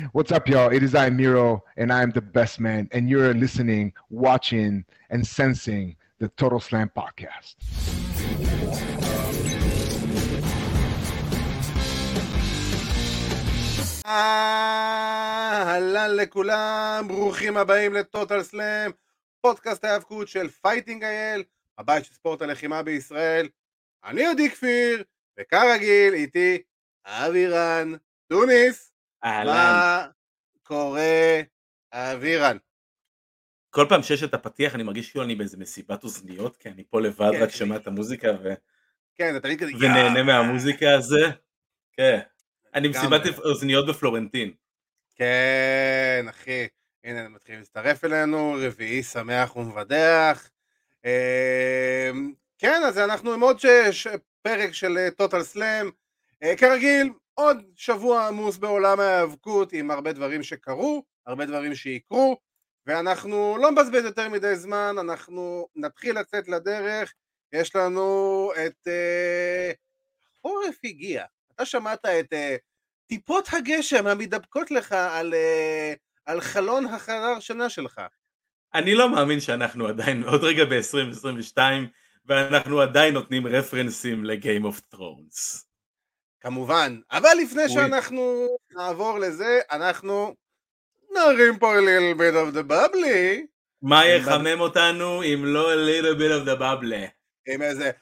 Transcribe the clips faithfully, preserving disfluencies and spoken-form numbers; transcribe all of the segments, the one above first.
What's up, y'all? It is I, Miro, and I am the best man, and you're listening, watching, and sensing the Total Slam podcast. אהלן לכולם, ברוכים הבאים לטוטל סלאם, פודקאסט ההיאבקות של פייטינג אייל, הבית של ספורט הלחימה בישראל. אני עדי כפיר, וכרגיל איתי אבירן טוניס. אהלן. מה קורה, אבירן? כל פעם שיש את הפתיח אני מרגיש כאילו אני באיזה מסיבת אוזניות, כי אני פה לבד כן, רק שומע את המוזיקה ו... כן, אתה תמיד כזה... ונהנה מהמוזיקה הזה. כן. אני גם- מסיבת אוזניות בפלורנטין. כן, אחי. הנה, הם מתחילים להצטרף אלינו, רביעי שמח ומבדח. אמ, כן, אז אנחנו עם עוד ש- ש- פרק של טוטל סלאם. כרגיל, עוד שבוע עמוס בעולם ההיאבקות, עם הרבה דברים שקרו, הרבה דברים שיקרו, ואנחנו לא מבזבז יותר מדי זמן, אנחנו נתחיל לצאת לדרך. יש לנו את... אה, חורף הגיע. אתה שמעת את אה, טיפות הגשם המדבקות לך על, אה, על חלון החדר שנה שלך. אני לא מאמין שאנחנו עדיין, עוד רגע ב-עשרים עשרים ושתיים, ואנחנו עדיין נותנים רפרנסים לגיים אוף ת'רונס. כמובן, אבל לפני שאנחנו נעבור לזה, אנחנו נרים פה a little bit of the bubbly. מה יחמם אותנו אם לא a little bit of the bubble? עם איזה...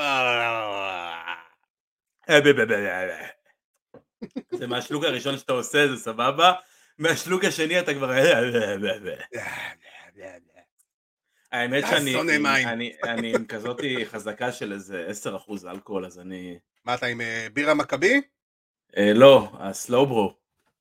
זה מהשלוק הראשון שאתה עושה, זה סבבה, מהשלוק השני אתה כבר... האמת שאני שונא מים. אני- אני עם כזאת חזקה של איזה עשרה אחוז אלכוהול, אז אני... מה אתה עם אה, בירה מכבי? אה, לא, הסלוברו.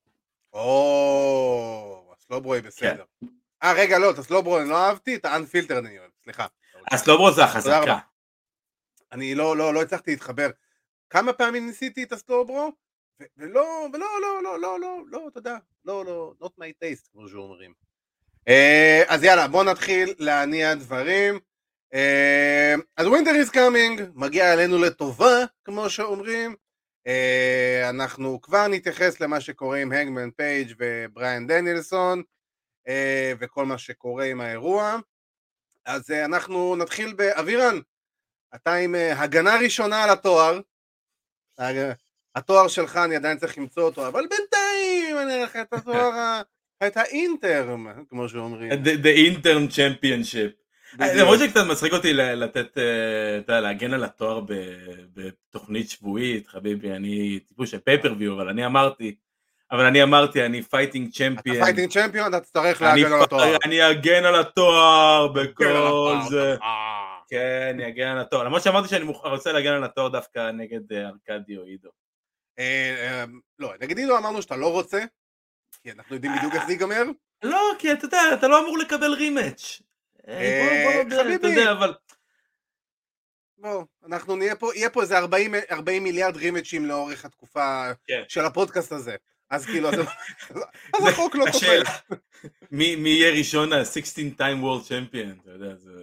או, הסלוברו היא בסדר. אה, רגע, לא, את הסלוברו אני לא אהבתי, את האנפילטר אני אוהב, סליחה. הסלוברו זה תודה החזקה. רבה. אני לא, לא, לא הצלחתי להתחבר. כמה פעמים ניסיתי את הסלוברו, ו- ולא, ולא, לא, לא, לא, לא, לא, תודה. לא, לא, not my taste, כמו שאומרים. אה, אז יאללה, בוא נתחיל להניע דברים. אה, אז winter is coming, מגיע אלינו לטובה, כמו שאומרים. אה, אנחנו כבר נתייחס למה שקורה עם הגמן פייג' ובריאן דניאלסון, אה, וכל מה שקורה עם האירוע. אז אה, אנחנו נתחיל באבירן, אתה עם אה, הגנה ראשונה על התואר. הג- התואר שלך אני עדיין צריך למצוא אותו, אבל בינתיים אני אראה לך את התואר, ה- את האינטרם, כמו שאומרים. The the intern championship. בדיוק. למרות שקצת מצחיק אותי ל- לתת, אה, אתה יודע, להגן על התואר ב- בתוכנית שבועית, חביבי, אני טיפוס של פייפרוויו, אבל אני אמרתי, אבל אני אמרתי, אני פייטינג אתה צ'מפיון. פייטינג צ'מפיון, אתה תצטרך אני להגן על פ- התואר. אני אגן על התואר כן, על בכל התואר, זה. אה. כן, אני אגן על התואר. למרות שאמרתי שאני מוכ- רוצה להגן על התואר דווקא נגד אה, ארקדי או עידו. אה, אה, לא, נגיד אילו אמרנו שאתה לא רוצה, כי אנחנו יודעים בדיוק איך זה ייגמר. לא, כי אתה יודע, אתה לא אמור לקבל רימץ'. אה, בוא- בוא אה, נודה, אתה חביבי. יודע, אבל... בוא, אנחנו נהיה פה, יהיה פה איזה ארבעים ארבעים מיליארד רימצ'ים לאורך התקופה כן. של הפודקאסט הזה. אז כאילו, אז אז החוק לא תופס. השאלה, מי מי יהיה ראשון ה-שש עשרה time world champion, אתה יודע, זה...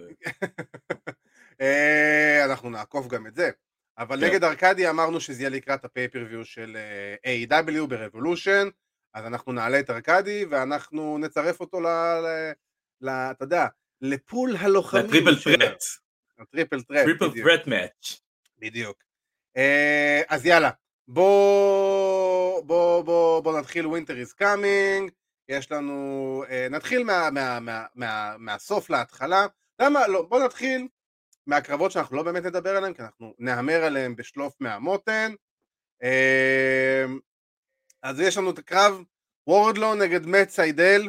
אה, אנחנו נעקוף גם את זה. אבל כן. נגד ארקדי אמרנו שזה יהיה לקראת הפייפריוויו של אה, איי דאבליו ברבולושן, אז אנחנו נעלה את ארקדי ואנחנו נצרף אותו ל... ל- ל- אתה יודע, לפול הלוחמים הטריפל שלנו. טרט, הטריפל טרט, טריפל בדיוק. טרט מאץ'. בדיוק. אה, אז יאללה, בוא, בוא, בוא, בוא נתחיל winter is coming, יש לנו, אה, נתחיל מה, מה, מה, מה, מהסוף להתחלה, למה, לא, בוא נתחיל מהקרבות שאנחנו לא באמת נדבר עליהם, כי אנחנו נהמר עליהם בשלוף מהמותן. אה, אז יש לנו את הקרב וורדלו נגד מאט סיידל,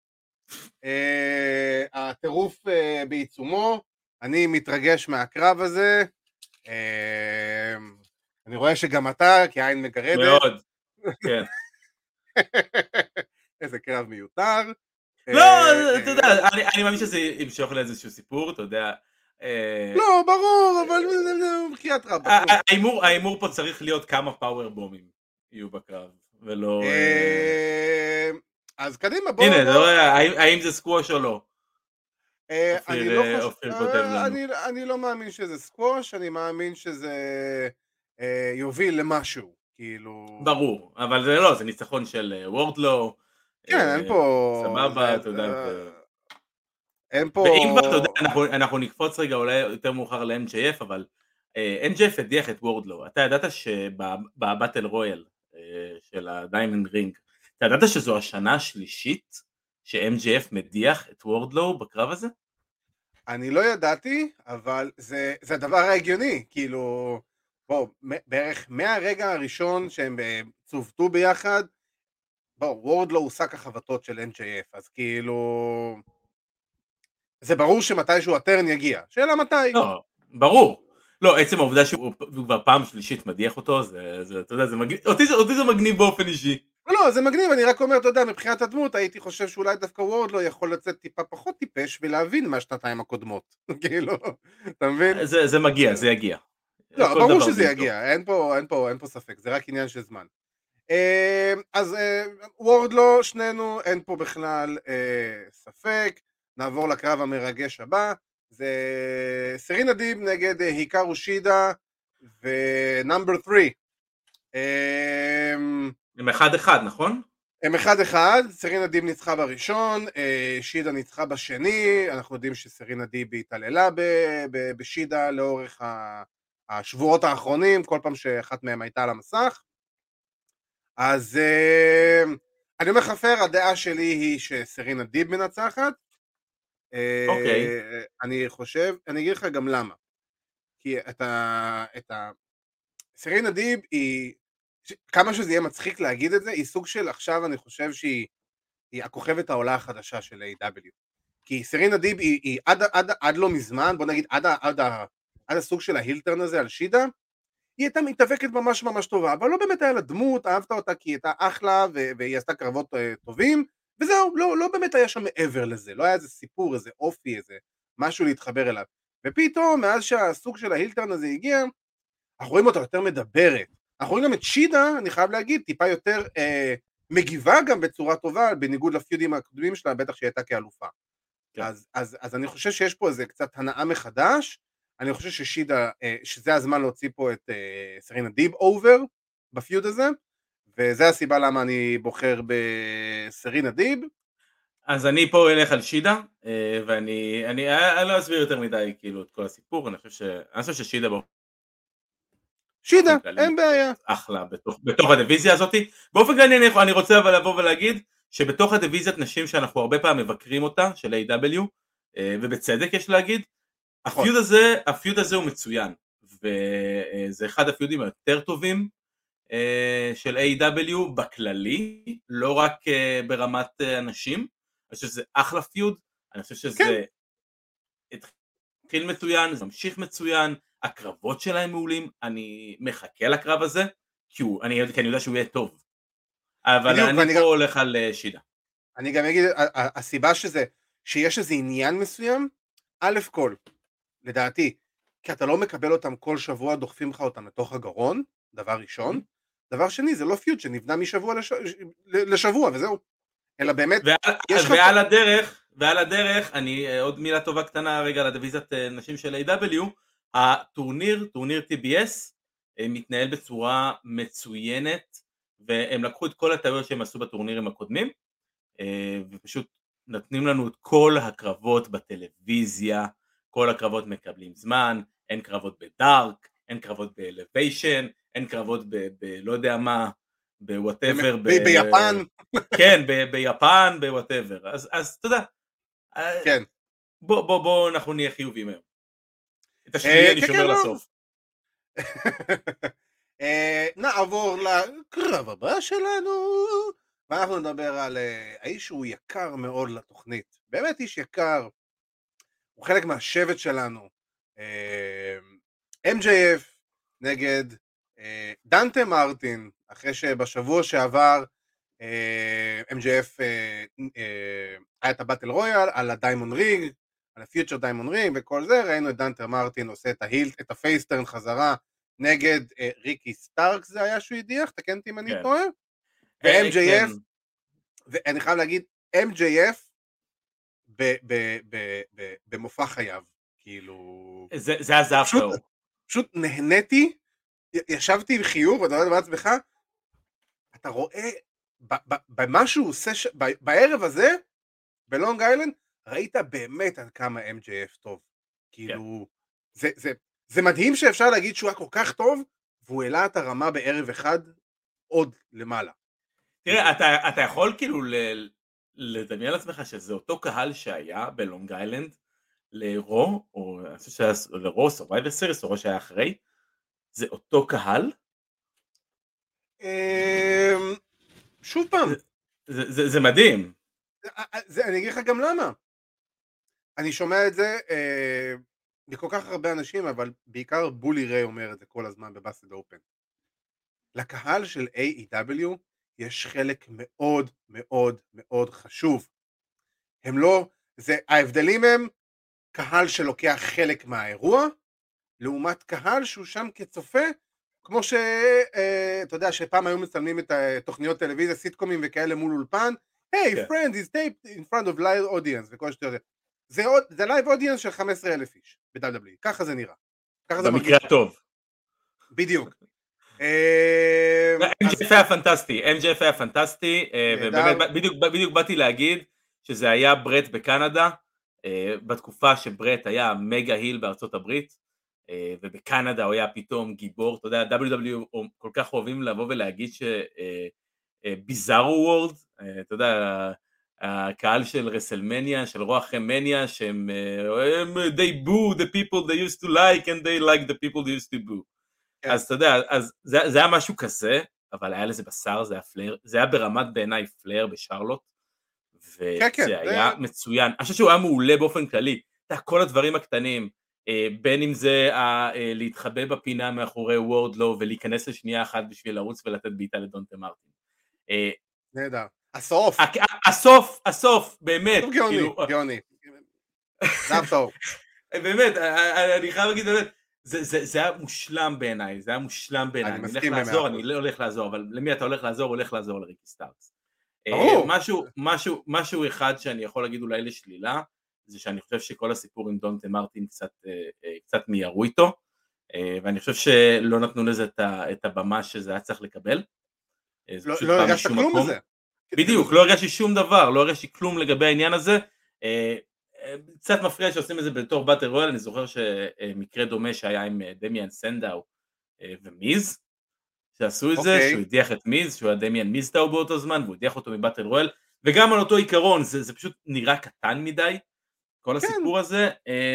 אה, הטירוף אה, בעיצומו, אני מתרגש מהקרב הזה, אה, אני רואה שגם אתה, כי העין מגרדת. מאוד, כן. איזה קרב מיותר. לא, אה, אתה יודע, אני אני מאמין שזה ימשוך לאיזשהו סיפור, אתה יודע. אה, לא, ברור, אבל בחיית רבאק. ה- ההימור ההימור פה צריך להיות כמה פאוור בומים יהיו בקרב, ולא... אה, אה, אז קדימה, בוא. הנה, אתה בוא. רואה, האם- האם זה סקווש או לא? אה, אופיר, אני לא אה, חושב, אופיר כותב אה, לנו. אני- אני לא מאמין שזה סקווש, אני מאמין שזה אה, יוביל למשהו. כאילו... ברור, אבל זה לא, זה ניצחון של וורדלו. כן, אין פה... סבבה, אתה יודע. אין פה... ואם כבר, אתה יודע, אנחנו, אנחנו נקפוץ רגע אולי יותר מאוחר ל-אם ג'יי אף, אבל אם ג'יי אף הדיח את וורדלו. אתה ידעת שבבטל רויאל של הדיימנד רינג, אתה ידעת שזו השנה השלישית ש-אם ג'יי אף מדיח את וורדלו בקרב הזה? אני לא ידעתי, אבל זה, זה הדבר ההגיוני, כאילו, בוא, בערך מהרגע הראשון שהם צוותו ביחד, בוא, וורדלו הוא שק החבטות של אם ג'יי אף, אז כאילו, זה ברור שמתישהו הטרן יגיע, שאלה מתי. לא, ברור. לא, עצם העובדה שהוא כבר פעם שלישית מדיח אותו, זה, זה, אתה יודע, זה מגניב, אותי, אותי זה מגניב באופן אישי. לא, זה מגניב, אני רק אומר, אתה יודע, מבחינת הדמות, הייתי חושב שאולי דווקא וורדלו יכול לצאת טיפה פחות טיפש, ולהבין מהשנתיים הקודמות, כאילו, אתה מבין? זה, זה מגיע, זה יגיע. לא, ברור שזה יגיע, אין פה, אין פה, אין פה ספק, זה רק עניין של זמן. אז וורדלו, שנינו, אין פה בכלל ספק, נעבור לקרב המרגש הבא, זה סרינה דיב נגד היקרו שידה ונאמבר שלוש. הם אחד אחד, נכון? הם אחד אחד, סרינה דיב ניצחה בראשון, שידה ניצחה בשני, אנחנו יודעים שסרינה דיב התעללה בשידה לאורך השבועות האחרונים, כל פעם שאחת מהם הייתה על המסך. אז אני אומר חפר, הדעה שלי היא שסרינה דיב מנצחת. אוקיי. אני חושב, אני אגיד לך גם למה. כי את ה... את ה... סרינה דיב היא, כמה שזה יהיה מצחיק להגיד את זה, היא סוג של עכשיו אני חושב שהיא היא הכוכבת העולה החדשה של איי דאבליו. כי סרינה דיב היא, היא עד, עד, עד לא מזמן, בוא נגיד עד, עד, עד, עד הסוג של ההילטרן הזה על שידה, היא הייתה מתאבקת ממש ממש טובה, אבל לא באמת היה לה דמות, אהבת אותה כי היא הייתה אחלה, והיא עשתה קרבות טובים, וזהו, לא, לא באמת היה שם מעבר לזה, לא היה איזה סיפור, איזה אופי, איזה משהו להתחבר אליו. ופתאום, מאז שהסוג של ההילטרן הזה הגיע, אנחנו רואים אותה יותר מדברת. אנחנו רואים גם את שידה, אני חייב להגיד, טיפה יותר אה, מגיבה גם בצורה טובה, בניגוד לפיודים הקודמים שלה, בטח שהיא הייתה כאלופה. כן. אז, אז, אז אני חושב שיש פה איזה קצת הנאה מחדש, אני חושב ששידה, שזה הזמן להוציא פה את סרינה דיב אובר בפיוד הזה, וזה הסיבה למה אני בוחר בסרינה דיב. אז אני פה אלך על שידה, ואני אני, אני לא אסביר יותר מדי כאילו את כל הסיפור, אני חושב, ש, אני חושב ששידה בו... שידה, אין בעיה. אחלה, בתוך, בתוך הדיוויזיה הזאת. באופן כללי אני, אני רוצה אבל לבוא ולהגיד, שבתוך הדיוויזיית נשים שאנחנו הרבה פעם מבקרים אותה, של איי דאבליו, ובצדק יש להגיד, הפיוד הזה, הפיוד הזה הוא מצוין, וזה אחד הפיודים היותר טובים של איי דאבליו בכללי, לא רק ברמת אנשים. אני חושב שזה אחלה פיוד, אני חושב שזה התחיל מצוין, זה ממשיך מצוין, הקרבות שלהם מעולים, אני מחכה לקרב הזה, כי אני, כי אני יודע שהוא יהיה טוב, אבל אני פה הולך על שידה. אני גם אגיד, הסיבה שזה, שיש איזה עניין מסוים, א' כל, לדעתי, כי אתה לא מקבל אותם כל שבוע, דוחפים לך אותם לתוך הגרון, דבר ראשון. דבר שני, זה לא פיוט שנבנה משבוע לש... לשבוע, וזהו. אלא באמת, ועל, ועל לך... הדרך, ועל הדרך, אני, עוד מילה טובה קטנה רגע לדיוויזיית נשים של איי דאבליו, הטורניר, טורניר טי בי אס, מתנהל בצורה מצוינת, והם לקחו את כל הטעויות שהם עשו בטורנירים הקודמים, ופשוט נותנים לנו את כל הקרבות בטלוויזיה, כל הקרבות מקבלים זמן, אין קרבות בדארק, אין קרבות באלוויישן, אין קרבות ב... ב לא יודע מה, בוואטאבר, ב... ביפן. כן, ב... ביפן, בוואטאבר. אז, אז אתה יודע, כן. בוא, בוא, בוא, אנחנו נהיה חיובים היום. את השביעי אני שומר לסוף. נעבור לקרב הבא שלנו, ואנחנו נדבר על האיש שהוא יקר מאוד לתוכנית. באמת איש יקר. הוא חלק מהשבט שלנו, אם ג'יי אף נגד דנטה מרטין, אחרי שבשבוע שעבר אם ג'יי אף היה את הבטל רויאל על הדיימונד רינג, על הפיוטר דיימונד רינג וכל זה, ראינו את דנטה מרטין עושה את ההילט, את הפייסטרן חזרה נגד ריקי סטארק, זה היה שהוא הדיח, תקן אותי אם אני טועה, ו-אם ג'יי אף, ואני חייב להגיד, אם ג'יי אף במופע חייו, כאילו... זה הזהב שלו. פשוט נהניתי, ישבתי עם חיוך, ואתה יודע בעצמך, אתה רואה, במה שהוא עושה, בערב הזה, בלונג איילנד, ראית באמת עד כמה אם ג'יי אף טוב. כאילו, זה, זה, זה מדהים שאפשר להגיד שהוא היה כל כך טוב, והוא העלה את הרמה בערב אחד עוד למעלה. תראה, אתה, אתה יכול כאילו ל- לדמיין לעצמך שזה אותו קהל שהיה בלונג איילנד לרו, או אני חושב שהיה לרו, סורווייבר סיריס, או רו שהיה אחרי, זה אותו קהל? שוב פעם. זה, זה, זה מדהים. זה, אני אגיד לך גם למה. אני שומע את זה אה, מכל כך הרבה אנשים, אבל בעיקר בולי ריי אומר את זה כל הזמן בבאסטד אופן. לקהל של איי אי דאבליו יש חלק מאוד מאוד מאוד חשוב. הם לא, זה, ההבדלים הם קהל שלוקח חלק מהאירוע, לעומת קהל שהוא שם כצופה, כמו ש, אה, אתה יודע, שפעם היו מצלמים את התוכניות טלוויזיה, סיטקומים וכאלה מול אולפן, hey, כן. friend is taped in front of live audience, וכל שאתה יודע. זה, זה live audience של חמישה עשר אלף איש, ב-דאבליו דאבליו אי, ככה זה נראה. ככה זה במקרה הטוב. בדיוק. אם ג'י אף היה פנטסטי, אם ג'י אף היה פנטסטי, ובאמת בדיוק באתי להגיד שזה היה ברט בקנדה, בתקופה שברט היה מגה היל בארצות הברית, ובקנדה הוא היה פתאום גיבור. אתה יודע, דאבליו דאבליו אי כל כך אוהבים לבוא ולהגיד שביזארו וורד, אתה יודע, הקהל של רסלמניה, של רוח מניה, שהם they boo the people they used to like and they like the people they used to boo. אז אתה יודע, אז זה, זה היה משהו כזה, אבל היה לזה בשר, זה היה פלר, זה היה ברמת בעיניי פלר בשרלוט, וזה כן, כן, היה זה... מצוין. אני חושב שהוא היה מעולה באופן כללי, אתה יודע, כל הדברים הקטנים, בין אם זה להתחבא בפינה מאחורי וורדלו, ולהיכנס לשנייה אחת בשביל לרוץ ולתת בעיטה לדונטה מרטין. נהדר. הסוף. הסוף, הסוף, באמת. גאוני, גאוני. זה טוב. באמת, אני חייב להגיד באמת, זה, זה, זה היה מושלם בעיניי, זה היה מושלם בעיניי, אני, אני הולך לעזור, אני לא הולך לעזור, אבל למי אתה הולך לעזור? הולך לעזור לריקי סטארקס. משהו, משהו, משהו אחד שאני יכול להגיד אולי לשלילה, זה שאני חושב שכל הסיפור עם דונטה מרטין קצת, קצת מיירו איתו, ואני חושב שלא נתנו לזה את הבמה שזה היה צריך לקבל. לא, לא הרגשת כלום בזה. בדיוק, לא הרגשתי שום דבר, לא הרגשתי כלום לגבי העניין הזה, קצת מפריע שעושים את זה בתור באטל רויאל. אני זוכר שמקרה דומה שהיה עם דמיאן סנדאו ומיז, שעשו את זה, שהוא הדיח את מיז, שהוא היה דמיאן מיזדאו באותו זמן, והוא הדיח אותו מבאטל רויאל, וגם על אותו עיקרון, זה, זה פשוט נראה קטן מדי, כל הסיפור הזה,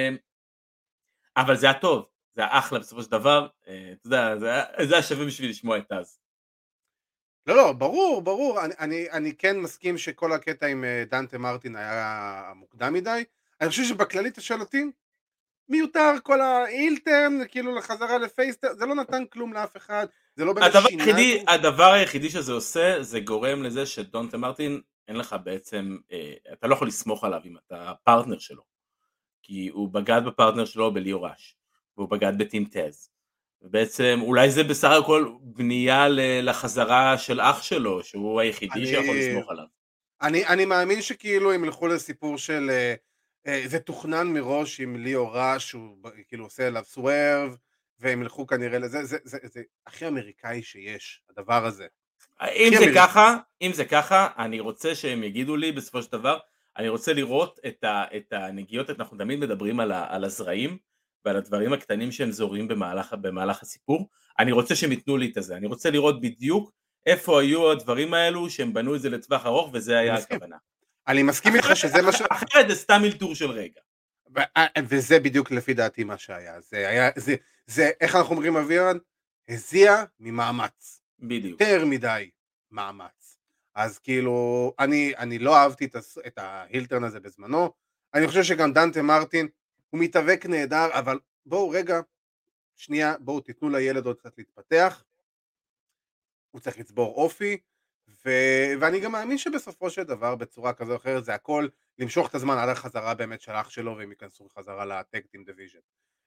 אבל זה היה טוב, זה היה אחלה בסופו של דבר, אתה יודע, זה היה, זה היה שווה בשביל לשמוע את אז. לא, לא, ברור, ברור, אני, אני, אני כן מסכים שכל הקטע עם דונטה מרטין היה מוקדם מדי. אני חושב שבכללי תשאל אותי, מיותר כל האילטרן, כאילו לחזרה לפייסטר, זה לא נתן כלום לאף אחד, זה לא באמת שינה. היחידי, הדבר היחידי שזה עושה, זה גורם לזה שדונטה מרטין, אין לך בעצם, אתה לא יכול לסמוך עליו אם אתה פרטנר שלו, כי הוא בגד בפרטנר שלו בליאו ראש, והוא בגד בטים טז. ובעצם אולי זה בסך הכל בנייה לחזרה של אח שלו, שהוא היחידי אני, שיכול לסמוך עליו. אני, אני מאמין שכאילו הם ילכו לסיפור של, אה, אה, זה תוכנן מראש עם ליאו ראש, שהוא כאילו עושה אליו סוורב, והם ילכו כנראה לזה, זה, זה, זה, זה הכי אמריקאי שיש, הדבר הזה. אם זה אמריק... ככה, אם זה ככה, אני רוצה שהם יגידו לי בסופו של דבר, אני רוצה לראות את, ה, את הנגיעות, אנחנו תמיד מדברים על, ה, על הזרעים, ועל הדברים הקטנים שהם זורים במהלך, במהלך הסיפור. אני רוצה שהם ייתנו לי את זה, אני רוצה לראות בדיוק איפה היו הדברים האלו שהם בנו את זה לטווח ארוך, וזה היה הכוונה. אני מסכים איתך שזה מה ש... אחרת זה סתם מלתור של רגע. וזה בדיוק לפי דעתי מה שהיה. זה היה, זה, זה, איך אנחנו אומרים אבירן? הזיע ממאמץ. בדיוק. יותר מדי מאמץ. אז כאילו, אני, אני לא אהבתי את ההילטרן הזה בזמנו. אני חושב שגם דונטה מרטין, הוא מתאבק נהדר, אבל בואו רגע, שנייה, בואו תיתנו לילד עוד קצת להתפתח, הוא צריך לצבור אופי, ו... ואני גם מאמין שבסופו של דבר, בצורה כזו או אחרת, זה הכל למשוך את הזמן עד החזרה באמת של אח שלו, והם ייכנסו חזרה לטאג טים דיוויז'ן.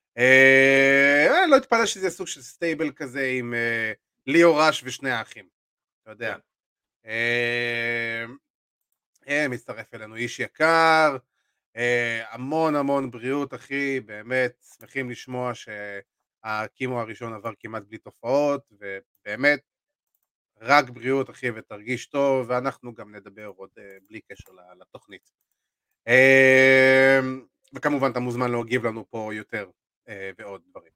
אה, לא התפלא שזה סוג של סטייבל כזה, עם אה, ליאו ראש ושני האחים, אתה יודע. אה, אה, מצטרף אלינו איש יקר, Uh, המון המון בריאות אחי, באמת שמחים לשמוע שהקימו הראשון עבר כמעט בלי תופעות, ובאמת רק בריאות אחי ותרגיש טוב, ואנחנו גם נדבר עוד בלי קשר לתוכנית. וכמובן אתה מוזמן להגיב לנו פה יותר ועוד דברים.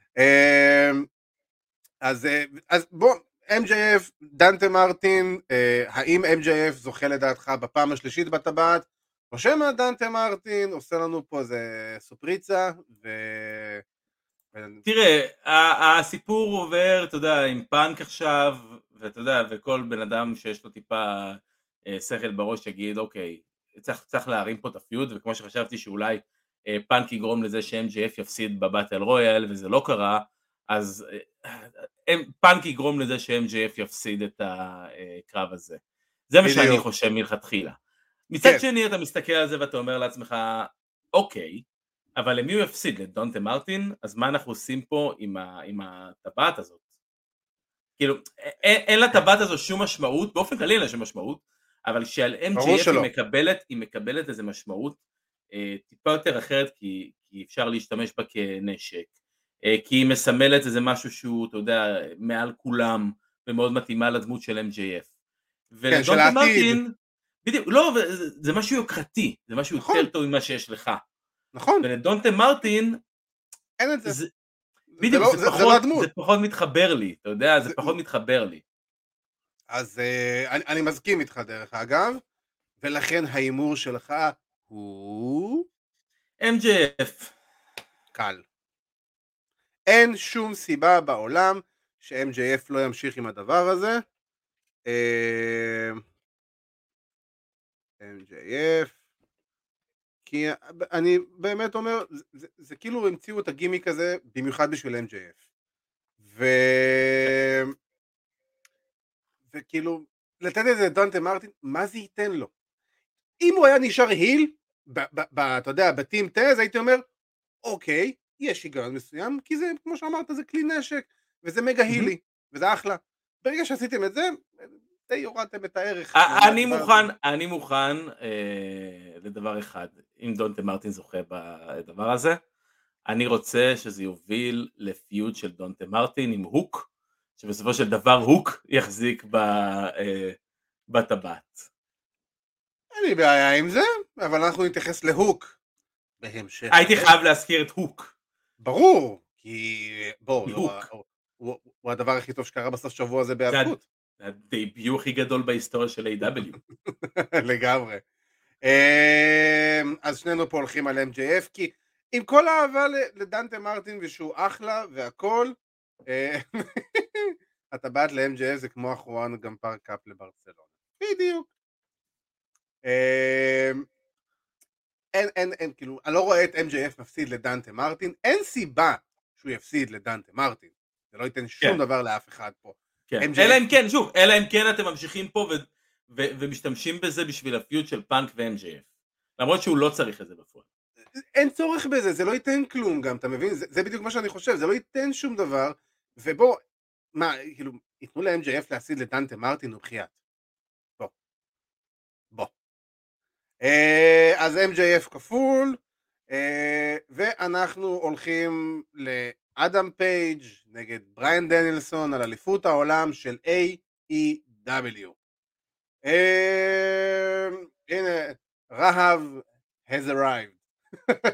אז, אז בוא, אם ג'יי אף, דנטה מרטין, האם אם ג'יי אף זוכה לדעתך בפעם השלישית בטבעת, או שמא דנטה מרטין עושה לנו פה איזה סופריצה, ו... תראה, הסיפור עובר, אתה יודע, עם פאנק עכשיו, ואתה יודע, וכל בן אדם שיש לו טיפה שכל בראש יגיד, אוקיי, צריך, צריך להרים פה את הפיוד, וכמו שחשבתי שאולי פאנק יגרום לזה ש-אם ג'יי אף יפסיד בבטל רויאל, וזה לא קרה, אז פאנק יגרום לזה ש-אם ג'יי אף יפסיד את הקרב הזה. זה מה שאני חושב מלכתחילה. מצד שני אתה מסתכל על זה ואתה אומר לעצמך, אוקיי, אבל למי הוא יפסיד? לדונטה מרטין? אז מה אנחנו עושים פה עם, ה, עם הטבעת הזאת? כאילו, אין, אין לטבעת הזו שום משמעות, באופן כללי אין לה שום משמעות, אבל כשעל אם ג'יי אף היא מקבלת, היא מקבלת איזו משמעות אה, טיפה יותר אחרת, כי, כי אפשר להשתמש בה כנשק, אה, כי היא מסמלת איזה משהו שהוא, אתה יודע, מעל כולם, ומאוד מתאימה לדמות של אם ג'יי אף. כן, של העתיד. בדיוק, לא, זה, זה משהו יוקרתי, זה משהו נכון. יותר טוב ממה שיש לך. נכון. ולדונטה מרטין, אין את זה. זה בדיוק, זה, זה, זה, פחות, זה, לא הדמות. זה פחות מתחבר לי, אתה יודע, זה, זה פחות מתחבר לי. אז uh, אני, אני מסכים איתך דרך אגב, ולכן האימור שלך הוא... אם ג'יי אף. קל. אין שום סיבה בעולם ש-אם ג'יי אף לא ימשיך עם הדבר הזה. אם ג'יי אף, כי אני באמת אומר, זה, זה, זה כאילו המציאו את הגימיק הזה במיוחד בשביל אם ג'יי אף. ו... וכאילו, לתת את זה דונטה מרטין, מה זה ייתן לו? אם הוא היה נשאר היל, ב, ב, ב, אתה יודע, בטים טז, הייתי אומר, אוקיי, יש היגיון מסוים, כי זה, כמו שאמרת, זה כלי נשק, וזה מגה הילי, וזה אחלה. ברגע שעשיתם את זה, די הורדתם את הערך. אני מוכן, אני מוכן לדבר אחד, אם דונטה מרטין זוכה בדבר הזה, אני רוצה שזה יוביל לפיוד של דונטה מרטין עם הוק, שבסופו של דבר הוק יחזיק בטבעת. אין לי בעיה עם זה, אבל אנחנו נתייחס להוק בהמשך. הייתי חייב להזכיר את הוק. ברור, כי בוא, הוא הדבר הכי טוב שקרה בסוף שבוע הזה בהיאבקות. זה הדייביוט הכי גדול בהיסטוריה של איי דאבליו. לגמרי. אז שנינו פה הולכים על אם ג'יי אף, כי עם כל האהבה לדנטה מרטין ושהוא אחלה והכל, הטבעת ל-אם ג'יי אף זה כמו אחרואן גמפר קאפ לברצלונה. בדיוק. אין, אין, אין, כאילו, אני לא רואה את אם ג'יי אף מפסיד לדנטה מרטין, אין סיבה שהוא יפסיד לדנטה מרטין, זה לא ייתן שום דבר לאף אחד פה. אלא אם כן, שוב, אלא אם כן אתם ממשיכים פה ומשתמשים בזה בשביל הפיוט של פאנק ו-אם ג'יי אף, למרות שהוא לא צריך את זה בפועל. אין צורך בזה, זה לא ייתן כלום גם, אתה מבין? זה בדיוק מה שאני חושב, זה לא ייתן שום דבר, ובוא, מה, כאילו, ייתנו ל-אם ג'יי אף להפסיד לדנטה מרטין ובחיית. בוא. בוא. אז אם ג'יי אף כפול, ואנחנו הולכים לאדם פייג' נגד בריאן דניאלסון על אליפות העולם של איי אי דאבליו. הנה, רהב has arrived.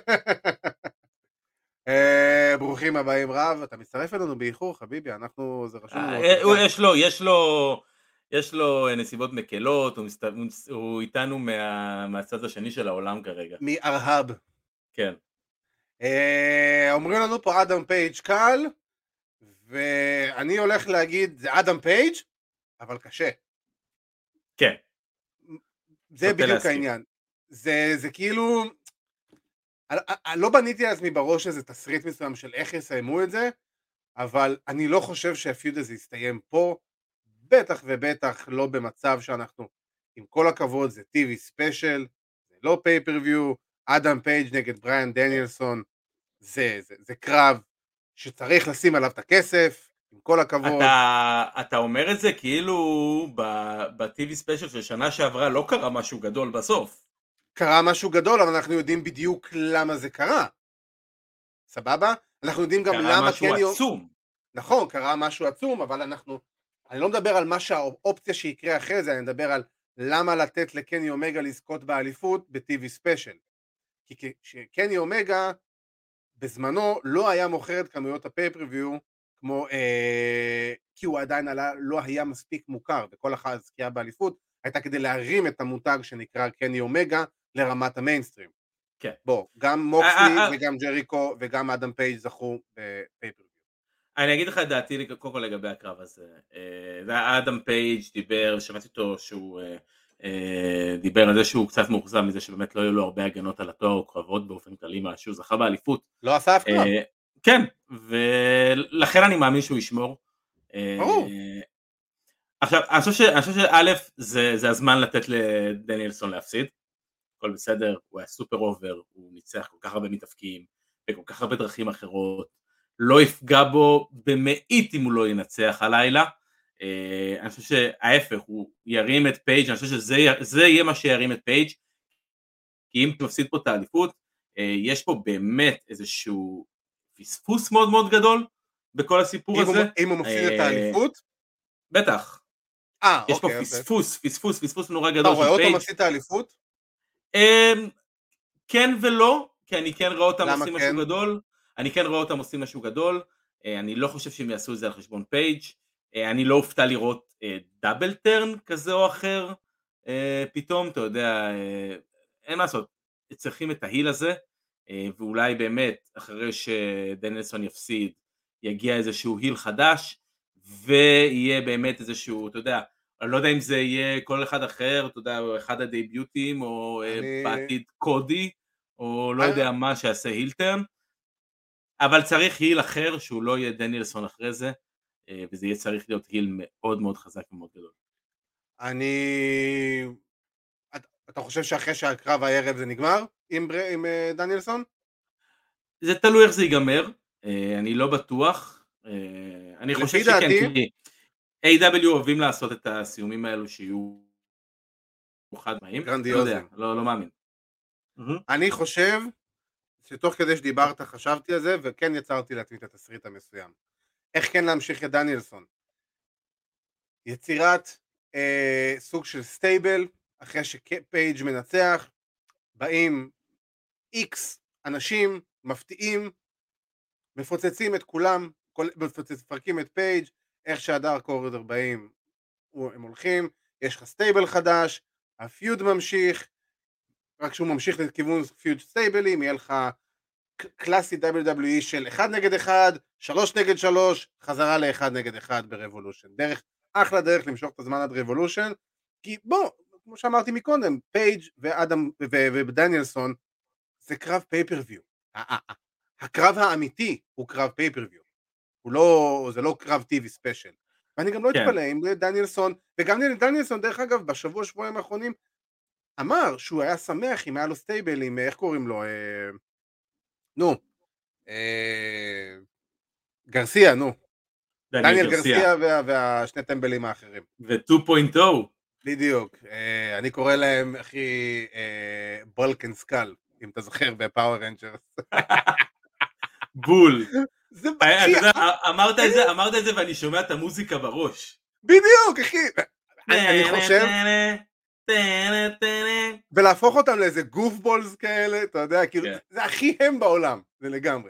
ברוכים הבאים רהב, אתה מצטרף אלינו באיחור חביבי, אנחנו, זה רשום. יש לו, יש לו... יש לו נסיבות מקלות, הוא, מסת... הוא איתנו מה... מהצד השני של העולם כרגע. מארהב. כן. אה, אומרים לנו פה אדם פייג' קל, ואני הולך להגיד זה אדם פייג', אבל קשה. כן. זה בדיוק להסכים. העניין. זה, זה כאילו, אני, אני לא בניתי לעצמי בראש איזה תסריט מסוים של איך יסיימו את זה, אבל אני לא חושב שהפיוד הזה יסתיים פה, בטח ובטח לא במצב שאנחנו, עם כל הכבוד, זה טי וי ספיישל, זה לא פייפריוויו, אדם פייג' נגד בריאן דניאלסון, זה, זה, זה קרב שצריך לשים עליו את הכסף, עם כל הכבוד. אתה, אתה אומר את זה כאילו ב-טי וי ספיישל של שנה שעברה לא קרה משהו גדול בסוף. קרה משהו גדול, אבל אנחנו יודעים בדיוק למה זה קרה. סבבה? אנחנו יודעים גם למה קרה משהו קניון... עצום. נכון, קרה משהו עצום, אבל אנחנו... אני לא מדבר על מה שהאופציה שיקרה אחרי זה, אני מדבר על למה לתת לקני אומגה לזכות באליפות ב-טי וי ספיישל. כי כשקני אומגה בזמנו לא היה מוכר את כמויות הפייפריוויו, כמו, אה, כי הוא עדיין עלה, לא היה מספיק מוכר, וכל אחת הזכייה באליפות הייתה כדי להרים את המותג שנקרא קני אומגה לרמת המיינסטרים. כן. בוא, גם מוקסלי וגם ג'ריקו וגם אדם פייג' זכו בפייפריוויו. אני אגיד לך את דעתי קודם כל לגבי הקרב הזה. אדם פייג' דיבר, שמעתי אותו שהוא דיבר על זה שהוא קצת מאוכזב מזה שבאמת לא היו לו הרבה הגנות על התואר או קרבות באופן כללי מה שהוא זכה באליפות. לא עשה אף קרב. כן, ולכן אני מאמין שהוא ישמור. ברור. עכשיו, אני חושב שא' זה הזמן לתת לדניאלסון להפסיד. הכל בסדר, הוא היה סופר אובר, הוא ניצח כל כך הרבה מתאפקים וכל כך הרבה דרכים אחרות. לא יפגע בו במאית אם הוא לא ינצח הלילה. אני חושב שההפך, הוא ירים את פייג', אני חושב שזה יהיה מה שירים את פייג', כי אם תפסיד פה את האליפות, יש פה באמת איזשהו פספוס מאוד מאוד גדול בכל הסיפור הזה. אם הוא מפסיד את האליפות? בטח. יש פה פספוס, פספוס, פספוס נורא גדול. אתה רואה אותו מפסיד את האליפות? כן ולא, כי אני כן רואה אותם עושים משהו גדול. אני כן רואה אותם עושים משהו גדול, אני לא חושב שהם יעשו את זה על חשבון פייג', אני לא אופתע לראות דאבל טרן כזה או אחר, פתאום, אתה יודע, אין מה לעשות, צריכים את ההיל הזה, ואולי באמת, אחרי שדניאלסון יפסיד, יגיע איזשהו היל חדש, ויהיה באמת איזשהו, אתה יודע, אני לא יודע אם זה יהיה כל אחד אחר, אתה יודע, אחד הדייביוטים, או בעתיד קודי, או לא יודע מה שיעשה הילטרן, אבל צריך היל אחר שהוא לא יהיה דניאלסון אחרי זה, וזה יהיה צריך להיות היל מאוד מאוד חזק ומאוד גדול. אני... אתה חושב שאחרי שהקרב הערב זה נגמר עם, בר... עם דניאלסון? זה תלוי איך זה ייגמר, אני לא בטוח, אני חושב שכן, דעתי... כי איי דאבליו אוהבים לעשות את הסיומים האלו שיהיו חד מהים, גרנדיוזים. לא, לא, לא מאמין. אני חושב שתוך כדי שדיברת חשבתי על זה, וכן יצרתי לעצמי את התסריט המסוים. איך כן להמשיך את דניאלסון? יצירת אה, סוג של סטייבל, אחרי שפייג' מנצח, באים איקס אנשים, מפתיעים, מפוצצים את כולם, מפרקים את פייג', איך שהדארק אורדר באים, הם הולכים, יש לך סטייבל חדש, הפיוד ממשיך, רק שהוא ממשיך לכיוון פיוד סטייבלים, יהיה לך קלאסי דאבליו דאבליו אי של אחד נגד אחד, שלוש נגד שלוש, חזרה לאחד נגד אחד ברבולושן. דרך, אחלה דרך למשוך את הזמן עד רבולושן, כי בוא, כמו שאמרתי מקודם, פייג' ואדם ודניאלסון, זה קרב פייפריוויו. הקרב האמיתי הוא קרב פייפריוויו. הוא לא, זה לא קרב טי וי ספיישל. ואני גם לא אתפלא אם דניאלסון, וגם דניאלסון דרך אגב בשבוע שבועיים האחרונים, אמר שהוא היה שמח אם היה לו סטייבל עם, איך קוראים לו, אה, נו, אה, גרסיה, נו. דניאל גרסיה וה, והשני טמבלים האחרים. ו-שתיים נקודה אפס. בדיוק. אה, אני קורא להם, אחי, אה, בולקן סקל, אם אתה זוכר בפאוור רנג'רס. בול. זה אתה יודע, אמרת את זה, אמרת את זה ואני שומע את המוזיקה בראש. בדיוק, אחי. אני חושב... ולהפוך אותם לאיזה גוף בולס כאלה, אתה יודע, כאילו, זה הכי הם בעולם, זה לגמרי.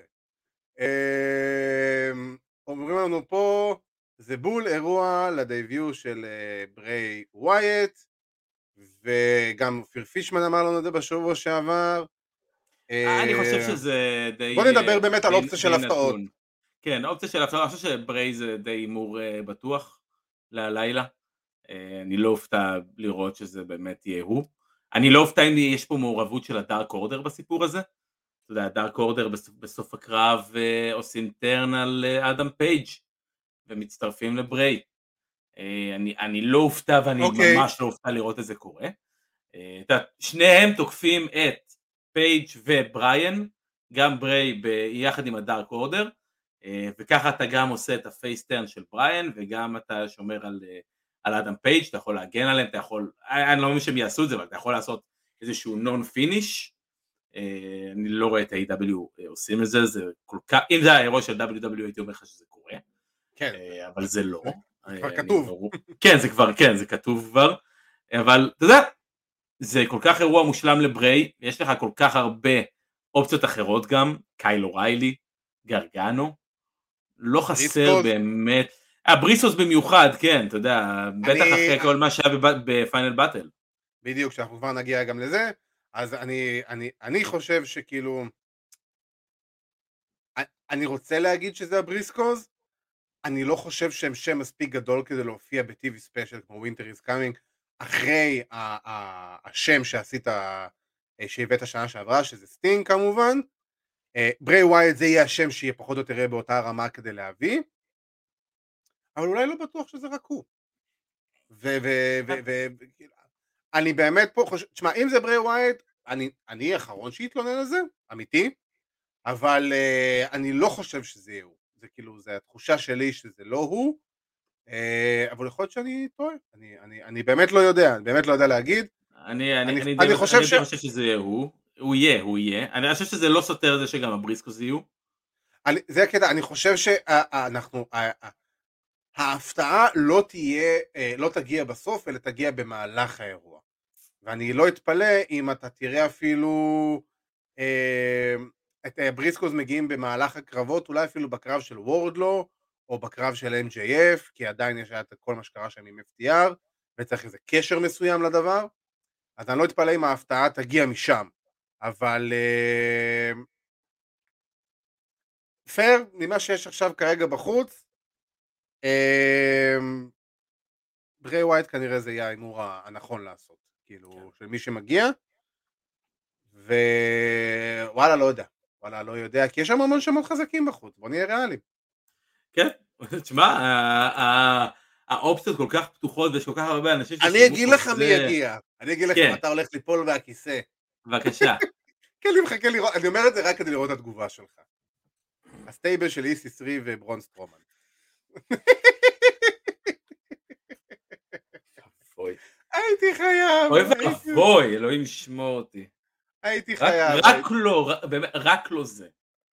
אומרים לנו פה, זה בול אירוע לדייביו של בריי ווייט, וגם אופיר פישמן אמר לנו את זה בשבוע שעבר. אני חושב שזה די... בוא נדבר באמת על אופציה של הפתעות. כן, האופציה של הפתעות, אני חושב שבריי זה די הימור בטוח ללילה. אני לא אופתע לראות שזה באמת יהיה הוא. אני לא אופתע אם יש פה מעורבות של הדארק אורדר בסיפור הזה. אתה יודע, הדארק אורדר בסוף הקרב עושים טרן על אדם פייג' ומצטרפים לבריי. אני, אני לא אופתע ואני okay. ממש לא אופתע לראות את זה קורה. שניהם תוקפים את פייג' ובריין, גם בריי ביחד עם הדארק אורדר, וככה אתה גם עושה את הפייס טרן של בריין, וגם אתה שומר על... על אדם פייג', אתה יכול להגן עליהם, אתה יכול, אני לא מבין שהם יעשו את זה, אבל אתה יכול לעשות איזשהו נון פיניש, אני לא רואה את ה-איי דאבליו עושים את זה, זה כל כך, אם זה האירוע של דאבליו דאבליו הייתי אומר לך שזה קורה, כן. אבל זה לא, כבר אני כתוב. ברור. כן, זה כבר, כן, זה כתוב כבר, אבל אתה יודע, זה כל כך אירוע מושלם לבריי, יש לך כל כך הרבה אופציות אחרות גם, קייל אוריילי, גרגנו, לא חסר בריסקוס. באמת, הבריסוס במיוחד, כן, אתה יודע, בטח אני- אחרי כל מה שהיה בב- בפיינל באטל. בדיוק, שאנחנו כבר נגיע גם לזה, אז אני, אני, אני חושב שכאילו, אני- אני רוצה להגיד שזה הבריסקוז, אני לא חושב שהם שם מספיק גדול כדי להופיע ב-טי וי ספיישל כמו Winter is Coming, אחרי ה- ה- השם שעשית, אה, שהבאת שנה שעברה, שזה סטינג כמובן, אה, ברי ווייט זה יהיה השם שיהיה פחות או יותר יהיה באותה רמה כדי להביא, אבל אולי לא בטוח שזה רק הוא. ו... ו... ו... ו... ו... אני באמת פה חושב, תשמע, אם זה ברי ווייט, אני, אני האחרון שיתלונן על זה, אמיתי, אבל uh, אני לא חושב שזה יהיה הוא, זה כאילו, זה התחושה שלי שזה לא הוא, uh, אבל יכול להיות שאני טועה, אני, אני, אני באמת לא יודע, אני באמת לא יודע להגיד, אני, אני, אני, אני, אני די, חושב אני ש... די חושב שזה יהיה הוא, הוא יהיה, הוא יהיה, אני חושב שזה לא סותר זה שגם הבריסקוס יהיו. אני, זה הקטע, אני חושב שאנחנו, ההפתעה לא תהיה, לא תגיע בסוף, אלא תגיע במהלך האירוע, ואני לא אתפלא אם אתה תראה אפילו אה, את הבריסקוס מגיעים במהלך הקרבות, אולי אפילו בקרב של וורדלו, או בקרב של אם ג'יי אף, כי עדיין יש את כל מה שקרה שם עם אף טי אר, וצריך איזה קשר מסוים לדבר, אז אני לא אתפלא אם ההפתעה תגיע משם, אבל אה, פייר, ממה שיש עכשיו כרגע בחוץ, אה, ברי ווייט כנראה זה יהיה האימור הנכון לעשות, כאילו, של מי שמגיע, ווואלה לא יודע, וואלה לא יודע, כי יש שם המון שמות חזקים בחוץ, בוא נהיה ריאליים. כן, תשמע, ה- ה- האופציות כל כך פתוחות ויש כל כך הרבה אנשים אני אגיד לך זה- מי יגיע, אני אגיד לך כן. מתי הולך ליפול מהכיסא. בבקשה. כן, אני מחכה לראות, אני אומר את זה רק כדי לראות את התגובה שלך. הסטייבל של איסי סרי וברון סטרומן. אוי הייתי חייב, ואבוי, אלוהים ישמור אותי. הייתי רק- חייב. רק לא, רק- באמת, רק לא זה.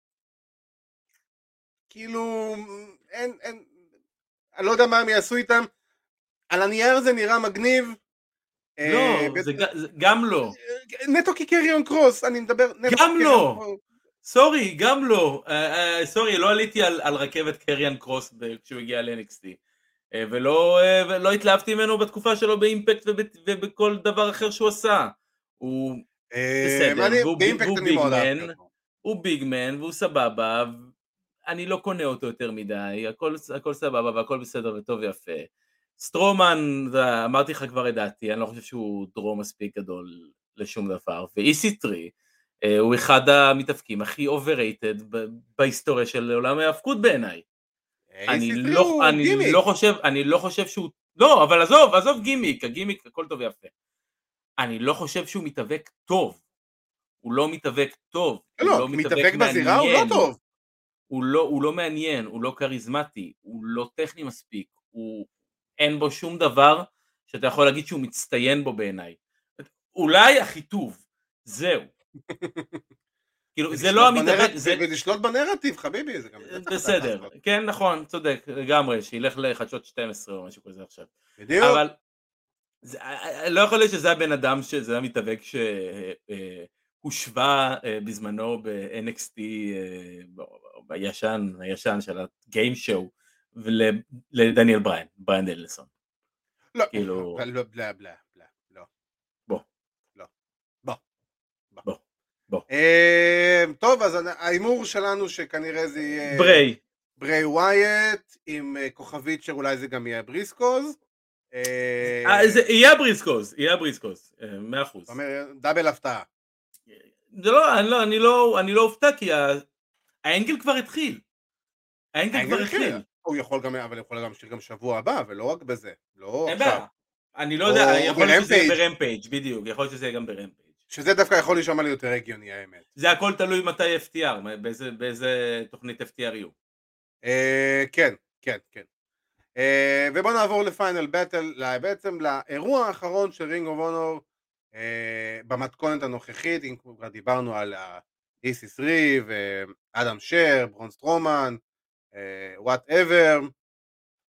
כאילו, אין, אין, אני לא יודע מה הם יעשו איתם, על הנייר זה נראה מגניב. לא, אה, זה ג- זה גם לא. נטו כקריון קרוס, אני מדבר נטו גם כקריון לא. קרוס. סורי, גם לא. אה, אה, סורי, לא עליתי על על רכבת קריאן קרוס ב- כשהוא הגיע ל-אן אקס טי. אה, ולא אה, ולא התלהבתי ממנו בתקופה שלו באימפקט וב- ובכל דבר אחר שהוא עשה. הוא אה, בסדר, אני- והוא ב- באימפקט והוא אני ביג מאוד אהבתי מן. אותו. הוא ביג מן והוא סבבה, אני לא קונה אותו יותר מדי, הכל, הכל סבבה והכל בסדר וטוב ויפה. סטרומן, זה, אמרתי לך כבר את דעתי, אני לא חושב שהוא דרום מספיק גדול לשום דבר, ו-אי סי תרי אה, הוא אחד המתאבקים הכי overrated ב- בהיסטוריה של עולם ההאבקות בעיניי. אני איי סי תרי לא, הוא אני גימיק. לא חושב, אני לא חושב שהוא, לא, אבל עזוב, עזוב גימיק, הגימיק הכל טוב ויפה. אני לא חושב שהוא מתאבק טוב. הוא לא מתאבק טוב, הוא לא, לא מתאבק מתאבק בזירה הוא לא מעניין, טוב. הוא לא, הוא לא מעניין, הוא לא כריזמטי, הוא לא טכני מספיק, הוא, אין בו שום דבר שאתה יכול להגיד שהוא מצטיין בו בעיניי. אולי החיטוב, זהו. כאילו, זה לא המתאבק, זה... ולשלוט בנרטיב, חביבי, זה גם... זה צריך בסדר, לעשות. כן, נכון, צודק, לגמרי, שילך לחדשות שתים עשרה או משהו כזה עכשיו. בדיוק. אבל זה, לא יכול להיות שזה הבן אדם שזה המתאבק שהושווה בזמנו ב-אן אקס טי בישן, הישן של הגיים שואו, ולדניאל בריין, בריין דנילסון. לא, כאילו... בלה בלה בלה, לא. בוא. לא. בוא. בוא. בוא. טוב, אז האימור שלנו שכנראה זה יהיה... בריי. בריי ווייט, עם כוכבית שאולי זה גם יהיה בריסקוז. זה יהיה בריסקוז, יהיה בריסקוז, מאה אחוז. זאת אומרת, דאבל הפתעה. זה לא, אני לא, אני לא, אני לא אופתע כי האנגל כבר התחיל. האנגל כבר התחיל. הוא יכול גם, אבל יכול להמשיך גם שבוע הבא, ולא רק בזה. לא עכשיו. אני לא יודע, יכול להיות שזה יהיה ברמפייג', בדיוק, יכול להיות שזה יהיה גם ברמפייג'. שזה דווקא יכול להישמע לי יותר הגיוני, האמת. זה הכל תלוי מתי אף טי אר, באיזה תוכנית אף טי אר יהיו. כן, כן, כן. ובוא נעבור לפיינל בטל, בעצם לאירוע האחרון של רינג אוף אונור, במתכונת הנוכחית, אם כבר דיברנו על ה-אי סי תרי ואדם שר, ברון סטרומן, whatever,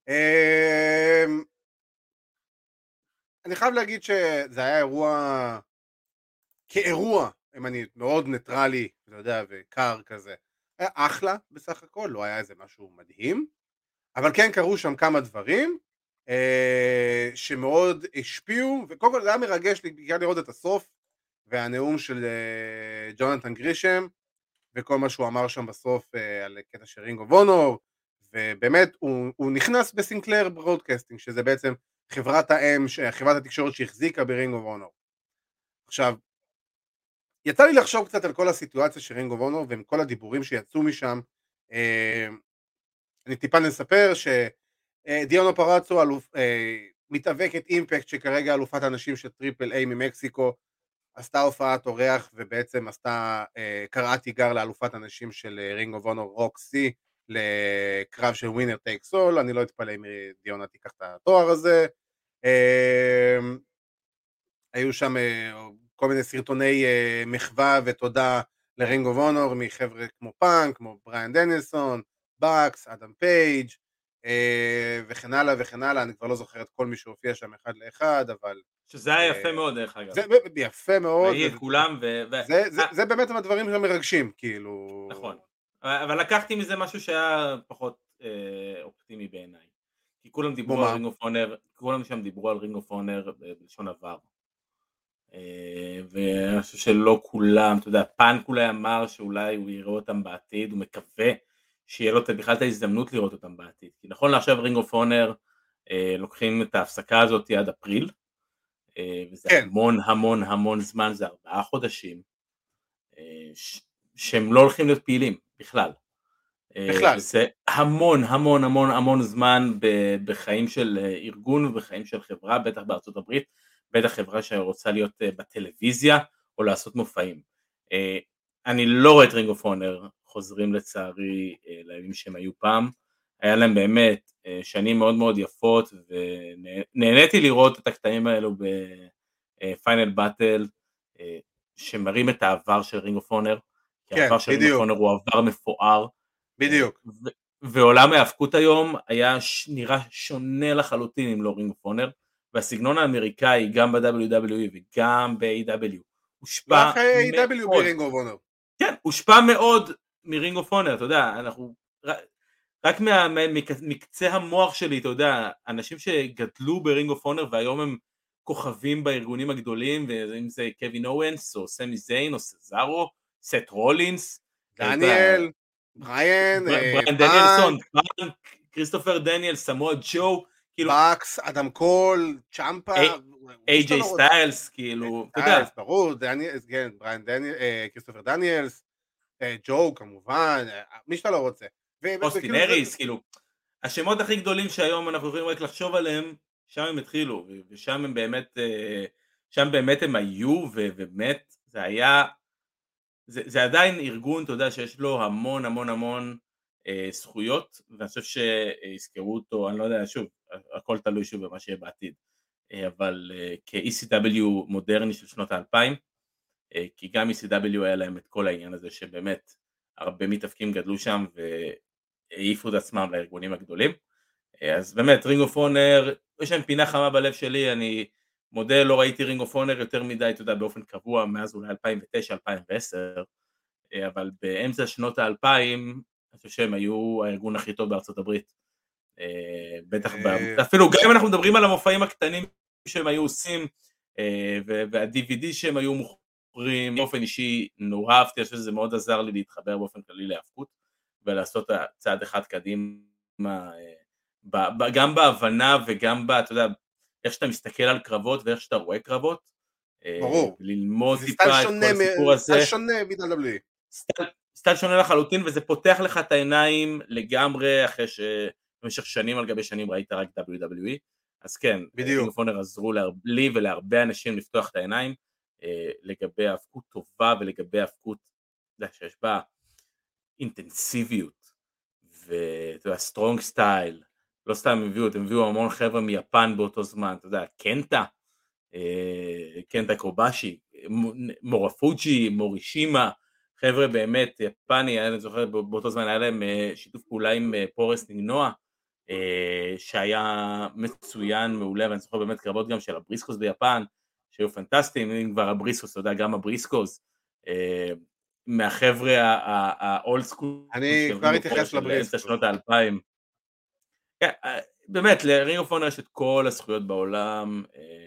אני חייב להגיד שזה היה אירוע, כאירוע, אם אני מאוד ניטרלי, אתה יודע, וקר כזה, היה אחלה בסך הכל, לא היה איזה משהו מדהים, אבל כן קרו שם כמה דברים אה, שמאוד השפיעו, וקודם כל זה היה מרגש לי בגלל לראות את הסוף, והנאום של אה, ג'ונתן גרישם, וכל מה שהוא אמר שם בסוף אה, על קטע של רינג אוף אונור, ובאמת הוא, הוא נכנס בסינקלר ברודקאסטינג, שזה בעצם חברת האם, חברת התקשורת שהחזיקה ברינג אוף אונור. עכשיו, יצא לי לחשוב קצת על כל הסיטואציה של רינג אוף אונור, ועם כל הדיבורים שיצאו משם, אה, אני טיפה נספר שדיונו פרצו אלוף, אה, מתאבקת אימפקט שכרגע אלופת הנשים של טריפל איי ממקסיקו, עשתה הופעת אורח ובעצם עשתה, אה, קראה תיגר לאלופת הנשים של רינג אוף אונור רוקסי, לקרב של ווינר טייק סול, אני לא אתפלא אם דיונה תיקח את התואר הזה, אה, היו שם אה, כל מיני סרטוני אה, מחווה ותודה לרינג אוף אונור מחבר'ה כמו פאנק, כמו בריאן דניאלסון, בקס, אדם פייג' אה, וכן הלאה וכן הלאה, אני כבר לא זוכר את כל מי שהופיע שם אחד לאחד, אבל שזה היה יפה מאוד דרך אגב. זה יפה מאוד. ראי את כולם ו... זה, זה, זה באמת הדברים המרגשים, כאילו. נכון. אבל לקחתי מזה משהו שהיה פחות אה, אופטימי בעיניי. כי כולם דיברו על רינג אוף אונר, כולם שם דיברו על רינג אוף אונר בלשון עבר. ואני חושב שלא כולם, אתה יודע, פאנק אולי אמר שאולי הוא יראה אותם בעתיד, הוא מקווה שיהיה לו בכלל את ההזדמנות לראות אותם בעתיד. כי נכון לעכשיו רינג אוף אונר לוקחים את ההפסקה הזאת עד אפריל, וזה כן. המון המון המון זמן, זה ארבעה חודשים, ש- שהם לא הולכים להיות פעילים בכלל. בכלל. זה המון המון המון המון זמן בחיים של ארגון ובחיים של חברה, בטח בארצות הברית, בטח חברה שרוצה להיות בטלוויזיה או לעשות מופעים. אני לא רואה את רינג אוף אונר חוזרים לצערי לימים שהם היו פעם, היה להם באמת שנים מאוד מאוד יפות, ונהניתי לראות את הקטעים האלו בפיינל באטל, שמראים את העבר של רינג אוף אונר, כי העבר של רינג אוף אונר הוא עבר מפואר, בדיוק. ועולם ההאבקות היום היה נראה שונה לחלוטין עם לא רינג אוף אונר, והסגנון האמריקאי גם ב-דאבליו דאבליו אי וגם ב-איי דאבליו הושפע מאוד, כן, הושפע מאוד מרינג אוף אונר, אתה יודע, אנחנו רק מקצה המוח שלי, אתה יודע, אנשים שגדלו ברינג אוף אונר והיום הם כוכבים בארגונים הגדולים, ואם זה קווין אוונס או סמי זיין או סזארו, סט רולינס, דניאל, בריאן, בריאן דניאלסון, כריסטופר דניאל, סמואה ג'ו, בקס, אדם קול, צ'אמפה, איי ג'יי סטיילס, כאילו, אתה יודע. ברור, בריאן דניאל, כריסטופר דניאלס, ג'ו כמובן, מי שאתה לא רוצה. אוסטין אריס, כאילו, השמות הכי גדולים שהיום אנחנו יכולים רק לחשוב עליהם, שם הם התחילו, ושם הם באמת, שם באמת הם היו, ובאמת זה היה, זה, זה עדיין ארגון, אתה יודע, שיש לו המון המון המון אה, זכויות, ואני חושב שהזכרו אותו, אני לא יודע, שוב, הכל תלוי שוב במה שיהיה בעתיד, אה, אבל אה, כ-אי סי דאבליו מודרני של שנות האלפיים, אה, כי גם אי סי דאבליו היה להם את כל העניין הזה, שבאמת הרבה מתאבקים גדלו שם, והעיפו את עצמם לארגונים הגדולים, אה, אז באמת, רינג אוף אונר, יש להם פינה חמה בלב שלי, אני מודה, לא ראיתי רינג אוף אונר יותר מדי, אתה יודע, באופן קבוע, מאז אולי אלפיים ותשע אלפיים ועשר, אבל באמצע שנות האלפיים, אני חושב שהם היו הארגון הכי טוב בארצות הברית. בטח, אפילו גם אם אנחנו מדברים על המופעים הקטנים שהם היו עושים, וה-די וי די שהם היו מוכרים, באופן אישי נורא אהבתי, אני חושב שזה מאוד עזר לי להתחבר באופן כללי להאבקות, ולעשות צעד אחד קדימה, גם בהבנה וגם בה, אתה יודע, איך שאתה מסתכל על קרבות ואיך שאתה רואה קרבות, ברור, ללמוד טיפה את כל הסיפור הזה, סטייל שונה מ-דאבליו דאבליו אי, סטייל שונה לחלוטין, וזה פותח לך את העיניים לגמרי, אחרי שבמשך שנים על גבי שנים ראית רק דאבליו דאבליו אי, אז כן, רינג אוף אונר עזרו לי ולהרבה אנשים לפתוח את העיניים, לגבי האבקות טובה ולגבי האבקות שיש בה אינטנסיביות, ואתה יודע, סטרונג סטייל, לא סתם הביאו, הם הביאו המון חבר'ה מיפן באותו זמן, אתה יודע, קנטה, קנטה קובאשי, מורפוג'י, מורישימה, חבר'ה באמת יפני, אני זוכר באותו זמן היה להם שיתוף פעולה עם פורסטינג נועה, שהיה מצוין, מעולה, ואני זוכר באמת קרבות גם של הבריסקוס ביפן, שהיו פנטסטיים, אם כבר הבריסקוס, אתה יודע, גם הבריסקוס, מהחבר'ה האולד סקול, אני כבר אתייחס לבריסקוס. אמצע שנות האלפיים. באמת, לרינג אוף אונר יש את כל הזכויות בעולם,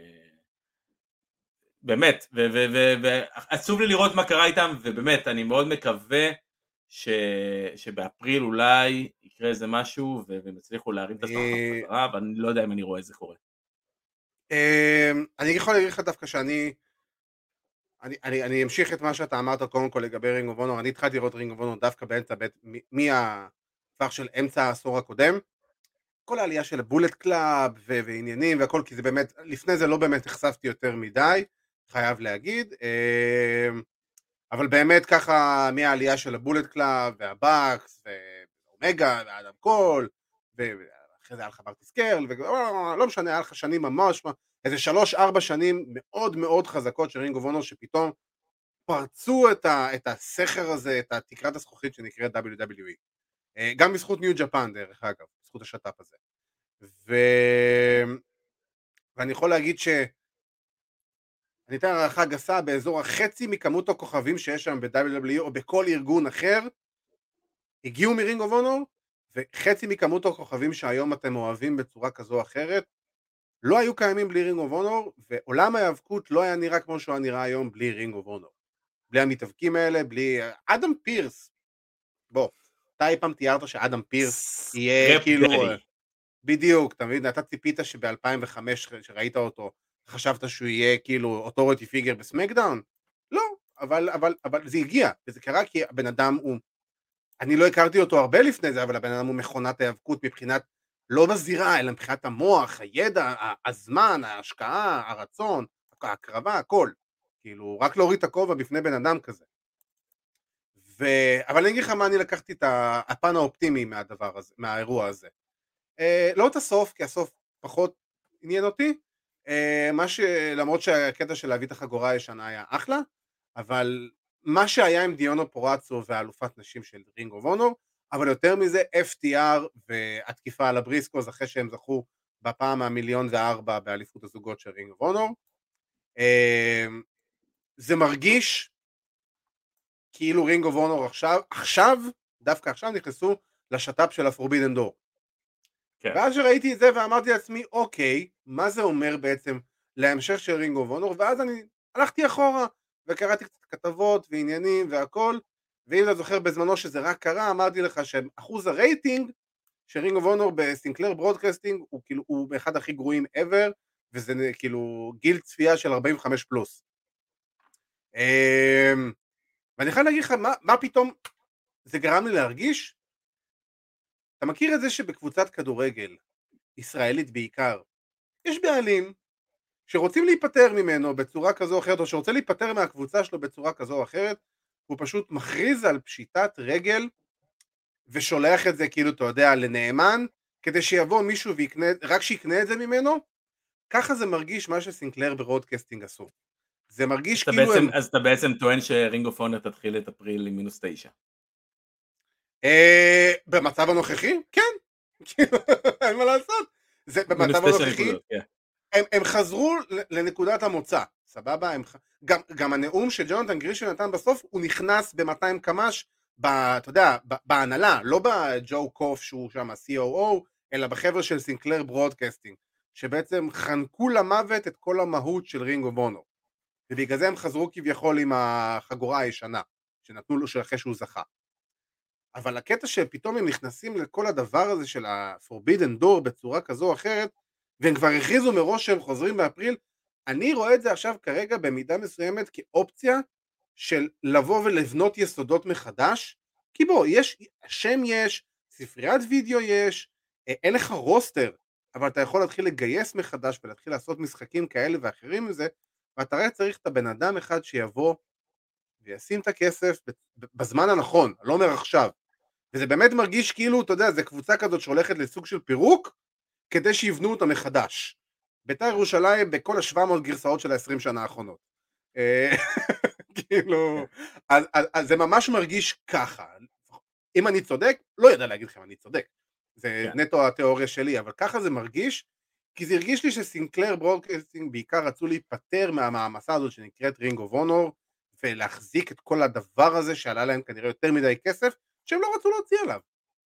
באמת, ועצוב לי לראות מה קרה איתם, ובאמת, אני מאוד מקווה שבאפריל אולי יקרה איזה משהו, והם יצליחו להרים את הסוף בחזרה, אבל אני לא יודע אם אני רואה איזה קורה. אני יכול להגיד לך דווקא שאני, אני אמשיך את מה שאתה אמרת קודם כל לגבי רינג אוף אונר, אני התחלתי לראות רינג אוף אונר דווקא באמצע, מהטווח של אמצע העשור הקודם, כל העלייה של הבולט קלאב ועניינים והכל, כי זה באמת, לפני זה לא באמת נחשפתי יותר מדי, חייב להגיד, אבל באמת ככה מהעלייה של הבולט קלאב והבאקס ואומגה ואדם קול, ואחרי זה היה לך מרטיס קרל, ולא משנה, היה לך שנים ממש, איזה שלוש ארבע שנים מאוד מאוד חזקות של רינג אוף אונר, שפתאום פרצו את הסכר הזה, את תקרת הזכוכית שנקראת דאבליו דאבליו אי. גם בזכות ניו ג'פן דרך אגב, בזכות השטאפ הזה. ו... ואני יכול להגיד ש... אני אתן הערכה גסה, באזור החצי מכמות הכוכבים שיש שם ב-דאבליו דאבליו אי או בכל ארגון אחר, הגיעו מרינג אוף אונר, וחצי מכמות הכוכבים שהיום אתם אוהבים בצורה כזו או אחרת, לא היו קיימים בלי רינג אוף אונר, ועולם ההיאבקות לא היה נראה כמו שהוא נראה היום בלי רינג אוף אונר. בלי המתאבקים האלה, בלי... אדם פירס, בוא, אתה אי פעם תיארת שאדם פירס יהיה כאילו... בדיוק, אתה מבין, אתה ציפית שב-אלפיים וחמש שראית אותו, חשבת שהוא יהיה כאילו אוטוריטי פיגר בסמקדאון? לא, אבל, אבל, אבל זה הגיע, וזה קרה כי הבן אדם הוא... אני לא הכרתי אותו הרבה לפני זה, אבל הבן אדם הוא מכונת ההיאבקות מבחינת, לא בזירה, אלא מבחינת המוח, הידע, הזמן, ההשקעה, הרצון, ההקרבה, הכל. כאילו, רק להוריד את הכובע בפני בן אדם כזה. ו... אבל אני אגיד לך מה אני לקחתי את הפן האופטימי מהדבר הזה, מהאירוע הזה. אה, לא את הסוף, כי הסוף פחות עניין אותי, אה, מה ש... למרות שהקטע של להביא את החגורה הישנה היה אחלה, אבל מה שהיה עם דיונו פורצו והאלופת נשים של רינג אוף אונור, אבל יותר מזה אף טי אר והתקיפה על הבריסקוס אחרי שהם זכו בפעם המיליון וארבע באליפות הזוגות של רינג אוף אונור. אה, זה מרגיש כאילו רינג אוף אונור עכשיו, עכשיו, דווקא עכשיו נכנסו לשטאפ של הפורבידן דור. כן. ואז שראיתי את זה ואמרתי לעצמי, אוקיי, מה זה אומר בעצם להמשך של רינג אוף אונור, ואז אני הלכתי אחורה וקראתי קצת כתבות ועניינים והכל, ואם אתה זוכר בזמנו שזה רק קרה, אמרתי לך שאחוז הרייטינג של רינג אוף אונור בסינקלר ברודקאסטינג הוא כאילו, הוא באחד הכי גרועים ever, וזה כאילו גיל צפייה של ארבעים וחמש פלוס. ואני יכול להגיד לך, מה, מה פתאום זה גרם לי להרגיש? אתה מכיר את זה שבקבוצת כדורגל, ישראלית בעיקר, יש בעלים שרוצים להיפטר ממנו בצורה כזו או אחרת, או שרוצה להיפטר מהקבוצה שלו בצורה כזו או אחרת, הוא פשוט מכריז על פשיטת רגל, ושולח את זה כאילו, אתה יודע, לנאמן, כדי שיבוא מישהו ויקנה, רק שיקנה את זה ממנו, ככה זה מרגיש מה שסינקלר ברודקאסטינג עשו. זה מרגיש כאילו... בעצם, הם... אז אתה בעצם טוען שרינג אוף אונר תתחיל את אפריל עם מינוס תשע. אה, במצב הנוכחי? כן. אין מה לעשות. זה במצב הנוכחי. הם, הם חזרו לנקודת המוצא, סבבה? הם, גם, גם הנאום שג'ונתן גרישי נתן בסוף, הוא נכנס ב-מאתיים קמ"ש, ב, אתה יודע, בהנהלה, לא בג'ו קוף שהוא שם ה-סי או או, אלא בחבר'ה של סינקלר ברודקאסטינג, שבעצם חנקו למוות את כל המהות של רינג אוף אונור. ובגלל זה הם חזרו כביכול עם החגורה הישנה, שנתנו לו אחרי שהוא זכה. אבל הקטע שפתאום הם נכנסים לכל הדבר הזה של ה-Forbidden Door בצורה כזו או אחרת, והם כבר הכריזו מראש שהם חוזרים באפריל, אני רואה את זה עכשיו כרגע במידה מסוימת כאופציה של לבוא ולבנות יסודות מחדש, כי בוא, יש, שם יש, ספריית וידאו יש, אין לך רוסטר, אבל אתה יכול להתחיל לגייס מחדש ולהתחיל לעשות משחקים כאלה ואחרים מזה, ואתה רק צריך את הבן אדם אחד שיבוא וישים את הכסף בזמן הנכון, לא אומר עכשיו, וזה באמת מרגיש כאילו, אתה יודע, זה קבוצה כזאת שהולכת לסוג של פירוק, כדי שיבנו אותה מחדש. בית"ר ירושלים בכל ה-שבע מאות גרסאות של ה-עשרים שנה האחרונות. כאילו, אז, אז, אז זה ממש מרגיש ככה. אם אני צודק, לא יודע להגיד לכם, אני צודק. זה כן. נטו התיאוריה שלי, אבל ככה זה מרגיש, כי זה הרגיש לי שסינקלר ברודקאסטינג בעיקר רצו להיפטר מהמעמסה הזאת שנקראת רינג אוף אונור, ולהחזיק את כל הדבר הזה שעלה להם כנראה יותר מדי כסף, שהם לא רצו להוציא עליו.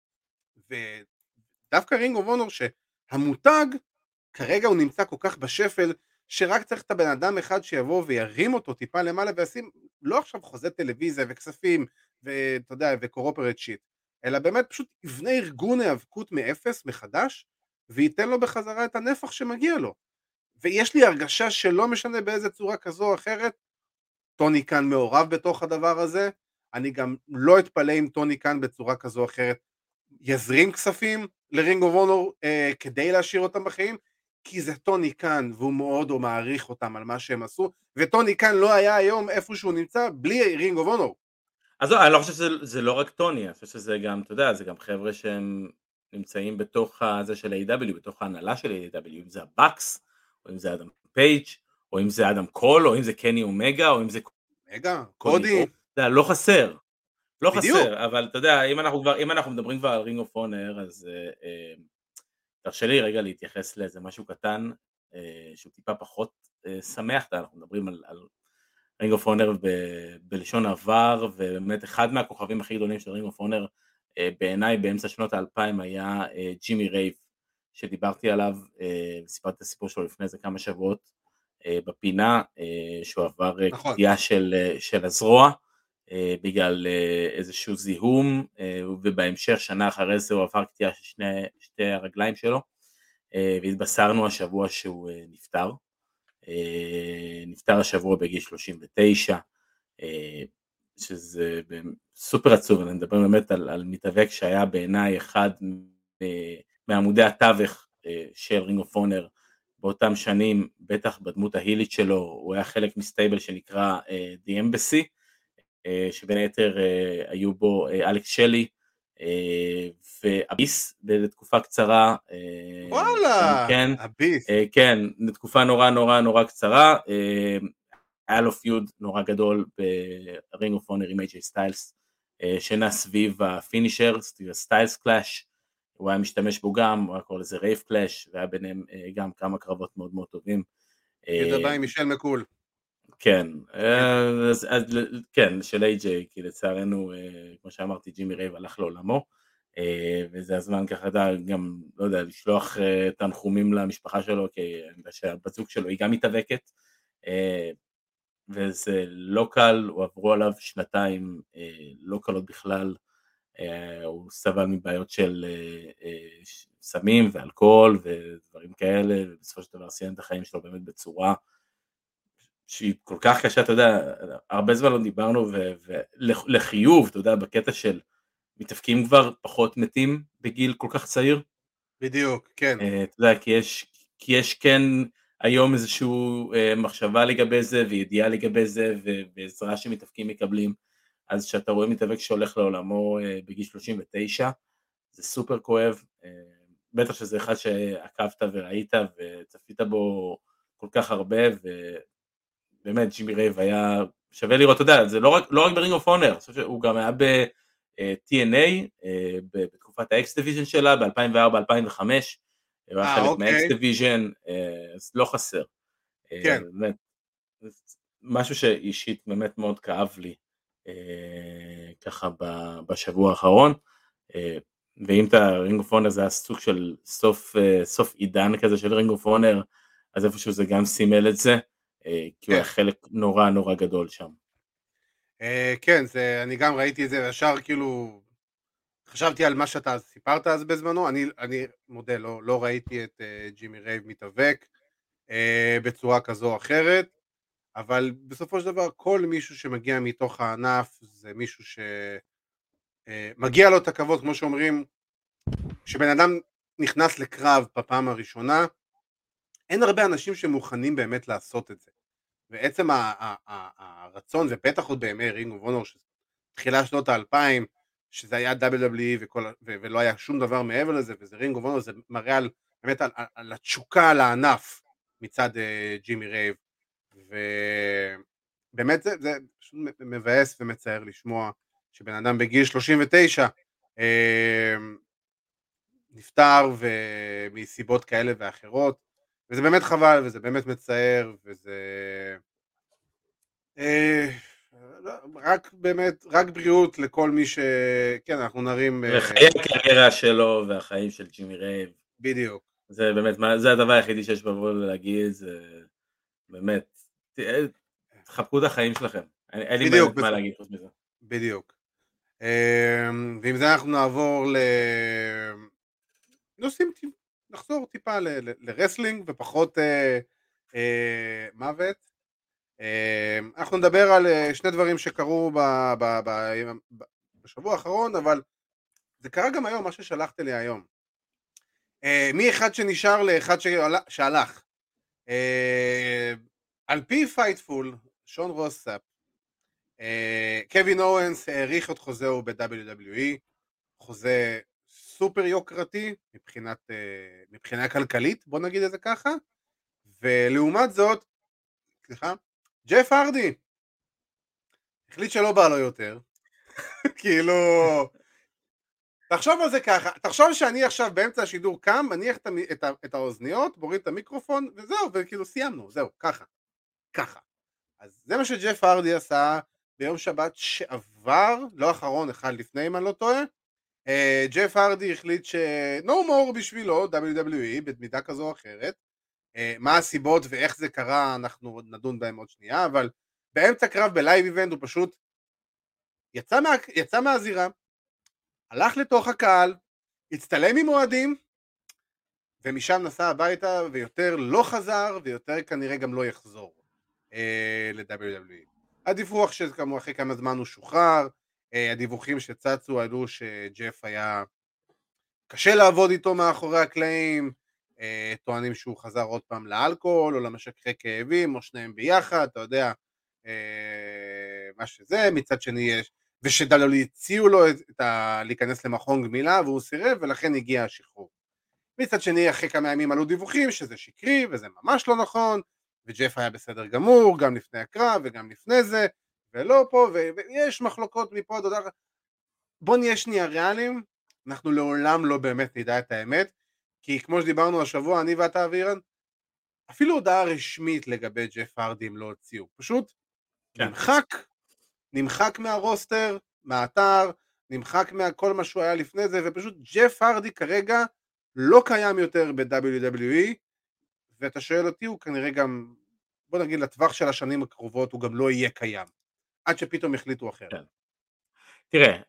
ודווקא רינג אוף אונור שהמותג, כרגע הוא נמצא כל כך בשפל, שרק צריך את הבן אדם אחד שיבוא וירים אותו טיפה למעלה וישים, לא עכשיו חוזה טלוויזיה וכספים, ואתה יודע, וקורופרט שיט, אלא באמת פשוט יבנה ארגון היאבקות מאפס מחדש, וייתן לו בחזרה את הנפח שמגיע לו. ויש לי הרגשה שלא משנה באיזה צורה כזו או אחרת, טוני קאן מעורב בתוך הדבר הזה, אני גם לא אתפלא אם טוני קאן בצורה כזו או אחרת, יזרים כספים לרינג אוף אונור אה, כדי להשאיר אותם בחיים, כי זה טוני קאן, והוא מאוד או מעריך אותם על מה שהם עשו, וטוני קאן לא היה היום איפה שהוא נמצא, בלי רינג אוף אונור. אז לא, אני לא חושב שזה לא רק טוני, אני חושב שזה גם, אתה יודע, זה גם חבר'ה שהם נמצאים בתוך הזה של איי דאבליו, בתוך ההנהלה של איי דאבליו, אם זה הבאקס, או אם זה אדם פייג', או אם זה אדם קול, או אם זה קני אומגה, או אם זה רגע, קודי. אתה יודע, לא חסר, לא בדיוק. חסר, אבל אתה יודע, אם אנחנו כבר, אם אנחנו מדברים כבר על רינג אוף אונר, אז אה, תרשה לי רגע להתייחס לאיזה משהו קטן, אה, שהוא טיפה פחות אה, שמח, אנחנו מדברים על, על רינג אוף אונר בלשון עבר, ובאמת אחד מהכוכבים הכי גדולים של רינג אוף אונר, בעיניי באמצע שנות האלפיים היה ג'ימי רייב, שדיברתי עליו, וסיפרתי את הסיפור שלו לפני זה כמה שבועות, בפינה, שהוא עבר נכון. קטיעה של, של הזרוע, בגלל איזשהו זיהום, ובהמשך שנה אחרי זה הוא עבר קטיעה של שני, שתי הרגליים שלו, והתבשרנו השבוע שהוא נפטר, נפטר השבוע בגיל שלושים ותשע, שזה סופר עצוב. אני מדבר באמת על, על מתאבק שהיה בעיניי אחד מעמודי התווך של רינג אוף אונר באותם שנים, בטח בדמות ההילית שלו. הוא היה חלק מסטייבל שנקרא The Embassy, שבין היתר היו בו אלכס שלי ואביס לתקופה קצרה. וואלה, כן, אביס. כן, לתקופה נורא נורא נורא קצרה. היה לו פיוד נורא גדול ברינג אוף אונר עם איי ג'יי סטיילס, שנע סביב הפינישר, סביב הסטיילס קלאש, הוא היה משתמש בו גם, הוא היה קורא לזה רייב קלאש, והיה ביניהם גם כמה קרבות מאוד מאוד טובים. ידע עם מישל מקול. כן, אז, אז, כן, של איי ג'יי, כי לצערנו, כמו שאמרתי, ג'ימי רייב הלך לעולמו, וזה הזמן ככה, גם, לא יודע, לשלוח תנחומים למשפחה שלו, כי אני יודע שהבת זוג שלו היא גם מתאבקת, וזה לא קל, הוא עברו עליו שנתיים לא קלות בכלל, הוא סבל מבעיות של סמים ואלכוהול ודברים כאלה, ובסופו של דבר סיים את החיים שלו באמת בצורה שהיא כל כך קשה. אתה יודע, הרבה זמן לא דיברנו, ולחיוב, אתה יודע, בקטע של מתאבקים כבר פחות מתים בגיל כל כך צעיר. בדיוק, כן. אתה יודע, כי יש, כי יש כן היום איזשהו מחשבה לגבי זה, וידיעה לגבי זה, ועזרה שמתאבקים מקבלים. אז כשאתה רואה מתאבק שהולך לעולמו בגיל שלושים ותשע, זה סופר כואב, בטח שזה אחד שעקבת וראית וצפית בו כל כך הרבה, ובאמת ג'ימי רייב היה שווה לראות. אתה יודע, זה לא רק, לא רק ברינג אוף אונר, הוא גם היה ב-טי אן איי, בתקופת האקס דיוויז'ן שלה, ב-אלפיים וארבע אלפיים וחמש, הוא היה חלק מהאקס דיוויז'ן, אז לא חסר. כן. באמת, משהו שאישית באמת מאוד כאב לי, ככה בשבוע האחרון, ואם אתה רינג אוף אונר זה היה סוג של סוף, סוף עידן כזה של רינג אוף אונר, אז איפשהו זה גם סימל את זה, כי הוא היה חלק נורא נורא גדול שם. כן, זה, אני גם ראיתי את זה, וישר כאילו, חשבתי על מה שאתה סיפרת אז בזמנו, אני, אני מודה, לא, לא ראיתי את ג'ימי רייב מתאבק בצורה כזו או אחרת, אבל בסופו של דבר כל מישהו שמגיע מתוך הענף זה מישהו שמגיע לו את הכבוד, כמו שאומרים, כשבן אדם נכנס לקרב בפעם הראשונה, אין הרבה אנשים שמוכנים באמת לעשות את זה, ועצם הרצון, ובטח עוד בימי רינג אוף אונר, תחילה שנות האלפיים, שזה היה דאבליו דאבליו אי ולא היה שום דבר מעבר לזה, וזה רינג אוף אונר, זה מראה על, באמת על, על התשוקה על הענף מצד ג'ימי רייב, ובאמת זה, זה פשוט מבאס ומצער לשמוע שבן אדם בגיל שלושים ותשע אה, נפטר ומסיבות כאלה ואחרות, וזה באמת חבל, וזה באמת מצער, וזה אה, רק באמת, רק בריאות לכל מי ש... כן, אנחנו נרים... וחיי הקריירה שלו והחיים של ג'ימי רייב. בדיוק. זה באמת, זה הדבר היחידי שיש בבוא להגיד, זה באמת, תחבקו את החיים שלכם. אין לי באמת מה להגיד חוץ מזה. בדיוק. ועם זה אנחנו נעבור ל... נושאים, נחזור טיפה לרסלינג ופחות מוות. אנחנו נדבר על שני דברים שקרו בשבוע האחרון, אבל זה קרה גם היום, מה ששלחת לי היום. מאחד שנשאר לאחד שהלך. על פי פייטפול, שון רוסאפ, קווין אורנס העריך את חוזהו ב-דאבליו דאבליו אי, חוזה סופר יוקרתי מבחינת, מבחינה כלכלית, בוא נגיד את זה ככה, ולעומת זאת, סליחה, ג'ף הרדי החליט שלא בא לו יותר, כאילו, תחשוב על זה ככה, תחשוב שאני עכשיו באמצע השידור קם, מניח את, את, את האוזניות, מוריד את המיקרופון, וזהו, וכאילו סיימנו, זהו, ככה, ככה. אז זה מה שג'ף הרדי עשה ביום שבת שעבר, לא אחרון, אחד לפני אם אני לא טועה, Uh, ג'ף הרדי החליט ש... no more בשבילו, דאבליו דאבליו אי, במידה כזו או אחרת. Uh, מה הסיבות ואיך זה קרה, אנחנו נדון בהם עוד שנייה, אבל באמצע קרב בלייב איבנט הוא פשוט יצא, מה... יצא מהזירה, הלך לתוך הקהל, הצטלם עם אוהדים, ומשם נסע הביתה, ויותר לא חזר, ויותר כנראה גם לא יחזור uh, ל-דאבליו דאבליו אי. הדיווח שכמו אחרי כמה זמן הוא שוחרר, הדיווחים שצצו עלו שג'ף היה קשה לעבוד איתו מאחורי הקלעים, טוענים שהוא חזר עוד פעם לאלכוהול או למשככי כאבים או שניהם ביחד, אתה יודע מה שזה. מצד שני יש, ושדלו הציעו לו את ה... להיכנס למכון גמילה והוא סירב ולכן הגיע השחרור. מצד שני אחרי כמה ימים עלו דיווחים שזה שקרי וזה ממש לא נכון, וג'ף היה בסדר גמור גם לפני הקרב וגם לפני זה ולא פה, ויש מחלוקות מפה, בוא נהיה שנייה ריאליים, אנחנו לעולם לא באמת נדע את האמת, כי כמו שדיברנו השבוע, אני ואתה אבירן, אפילו הודעה רשמית לגבי ג'ף הרדי הם לא הוציאו, פשוט כן. נמחק, נמחק מהרוסטר, מהאתר, נמחק מהכל מה שהוא היה לפני זה, ופשוט ג'ף הרדי כרגע לא קיים יותר ב-דאבליו דאבליו אי, ואתה שואל אותי, הוא כנראה גם, בוא נגיד לטווח של השנים הקרובות, הוא גם לא יהיה קיים. עד שפתאום החליטו אחרת. כן. תראה,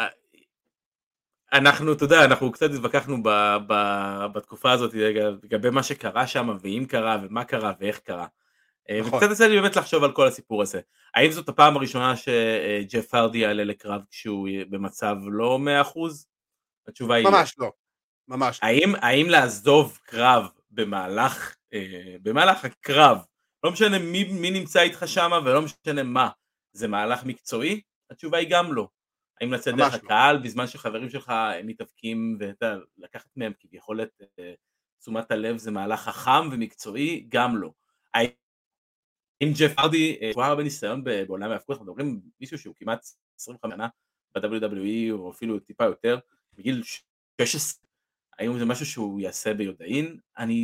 אנחנו, אתה יודע, אנחנו קצת התווכחנו ב, ב, בתקופה הזאת לגבי מה שקרה שם, ואם קרה, ומה קרה, ואיך קרה. נכון. וקצת עשה לי באמת לחשוב על כל הסיפור הזה. האם זאת הפעם הראשונה שג'ף הרדי יעלה לקרב כשהוא במצב לא מאה אחוז? התשובה היא... ממש לא. ממש לא. האם, האם לעזוב קרב במהלך, במהלך הקרב, לא משנה מי, מי נמצא איתך שם, ולא משנה מה, זה מהלך מקצועי? התשובה היא גם לא. האם לצאת דרך הקהל בזמן שחברים שלך מתאבקים ולקחת מהם כביכול את תשומת הלב זה מהלך חכם ומקצועי? גם לא. האם ג'ף הרדי, הוא הרבה ניסיון בעולם ההאבקות, אנחנו מדברים מישהו שהוא כמעט עשרים וחמש שנה ב-דאבליו דאבליו אי או אפילו טיפה יותר, בגיל שש עשרה, האם זה משהו שהוא יעשה ביודעין? אני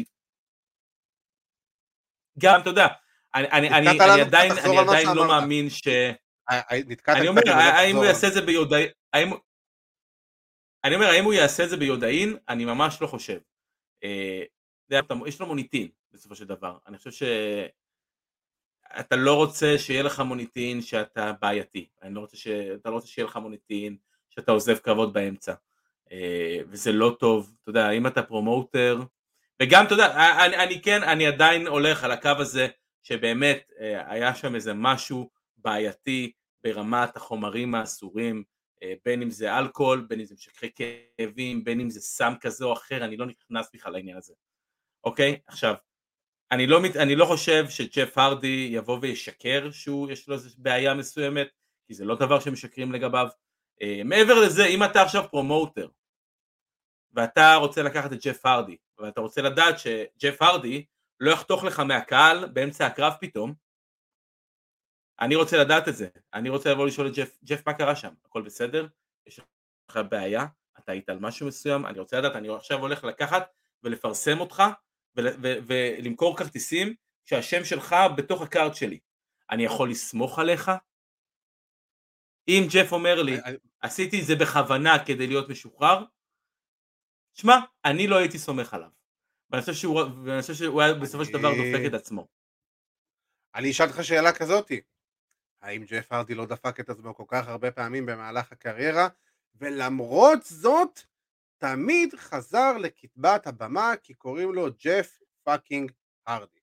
גם, אתה יודע, אני, אני, אני, אני עדיין, אני עדיין לא מאמין ש... אני אומר, האם הוא יעשה את זה ביודעין, אני אומר, האם הוא יעשה את זה ביודעין? אני ממש לא חושב. יש לו מוניטין בסופו של דבר. אני חושב שאתה לא רוצה שיהיה לך מוניטין שאתה בעייתי. אני לא רוצה שאתה לא רוצה שיהיה לך מוניטין שאתה עוזב קרבות באמצע. וזה לא טוב. אתה יודע, אם אתה פרומוטר, וגם, אתה יודע, אני, אני כן, אני עדיין הולך על הקו הזה, שבאמת היה שם איזה משהו בעייתי ברמת החומרים האסורים, בין אם זה אלכוהול, בין אם זה משככי כאבים, בין אם זה סם כזה או אחר, אני לא נכנס בכלל לעניין הזה. אוקיי? עכשיו, אני לא, אני לא חושב שג'ף הרדי יבוא וישקר שהוא יש לו איזו בעיה מסוימת, כי זה לא דבר שמשקרים לגביו. מעבר לזה, אם אתה עכשיו פרומוטר, ואתה רוצה לקחת את ג'ף הרדי, ואתה רוצה לדעת שג'ף הרדי לא יחתוך לך מהקהל באמצע הקרב פתאום, אני רוצה לדעת את זה, אני רוצה לבוא לשאול את ג'ף, ג'ף מה קרה שם, הכל בסדר? יש לך בעיה? אתה היית על משהו מסוים, אני רוצה לדעת, אני עכשיו הולך לקחת ולפרסם אותך, ולמכור כרטיסים, שהשם שלך בתוך הקארט שלי. אני יכול לסמוך עליך? אם ג'ף אומר לי, עשיתי את זה בכוונה כדי להיות משוחרר, שמע, אני לא הייתי סומך עליו. ואני חושב שהוא, ואני חושב שהוא היה בסופו של דבר דופק את עצמו. אני אשאל לך שאלה כזאת, האם ג'ף הרדי לא דפק את עצמו כל כך הרבה פעמים במהלך הקריירה, ולמרות זאת, תמיד חזר לקטבת הבמה, כי קוראים לו ג'ף פאקינג הרדי.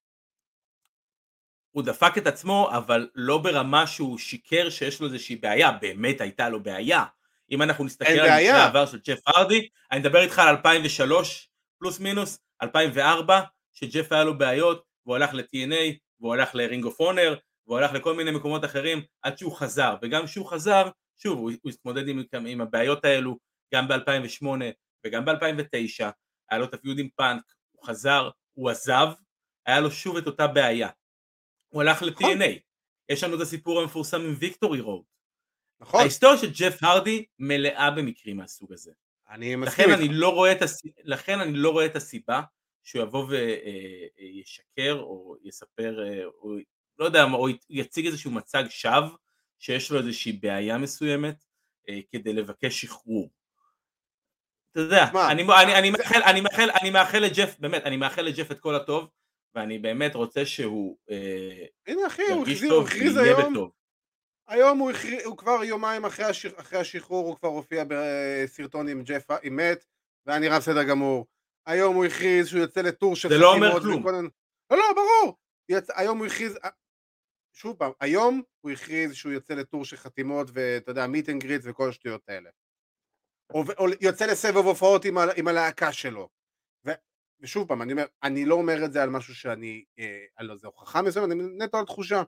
הוא דפק את עצמו, אבל לא ברמה שהוא שיקר שיש לו איזושהי בעיה, באמת הייתה לו בעיה. אם אנחנו נסתכל על מקרה העבר של ג'ף הרדי, אני מדבר איתך על אלפיים ושלוש, פלוס מינוס, אלפיים וארבע, שג'ף היה לו בעיות, והוא הלך ל-טי אן איי, והוא הלך ל-Ring of Honor, והוא הלך לכל מיני מקומות אחרים, עד שהוא חזר, וגם כשהוא חזר, שוב, הוא, הוא התמודד עם, עם הבעיות האלו, גם ב-אלפיים ושמונה, וגם ב-אלפיים ותשע, היה לו את הפיוד עם פאנק, הוא חזר, הוא עזב, היה לו שוב את אותה בעיה. הוא הלך ל-טי אן איי, יש לנו את הסיפור המפורסם עם ויקטורי רוד. נכון. ההיסטוריה של ג'ף הרדי מלאה במקרים מהסוג הזה. אני מסכים לכן, אני לא רואה את הס... לכן אני לא רואה את הסיבה שהוא יבוא וישקר או יספר, או לא יודע, או יציג איזשהו מצג שווא שיש לו איזושהי בעיה מסוימת כדי לבקש שחרור. אתה יודע, אני, אני, אני, מאחל, אני, מאחל, אני מאחל לג'ף, באמת, אני מאחל לג'ף את כל הטוב, ואני באמת רוצה שהוא הנה אחי, הוא ירגיש טוב ויהיה בטוב. היום הוא, הכריז, הוא כבר יומיים אחרי, השיר, אחרי השחרור, הוא כבר הופיע בסרטון עם ג'ף, עם מת, והיה נראה בסדר גמור. היום הוא הכריז שהוא יוצא לטור של... זה לא אומר כלום. וכל... לא, לא, ברור. יצ... היום הוא הכריז... שוב פעם, היום הוא הכריז שהוא יוצא לטור של חתימות, ואתה יודע, מיט אנד גריט וכל השטויות האלה. או, או יוצא לסבב הופעות עם, ה... עם הלהקה שלו. ו... ושוב פעם, אני אומר, אני לא אומר את זה על משהו שאני... אה, על איזה הוכחה מסוים, אני נטו על תחושה.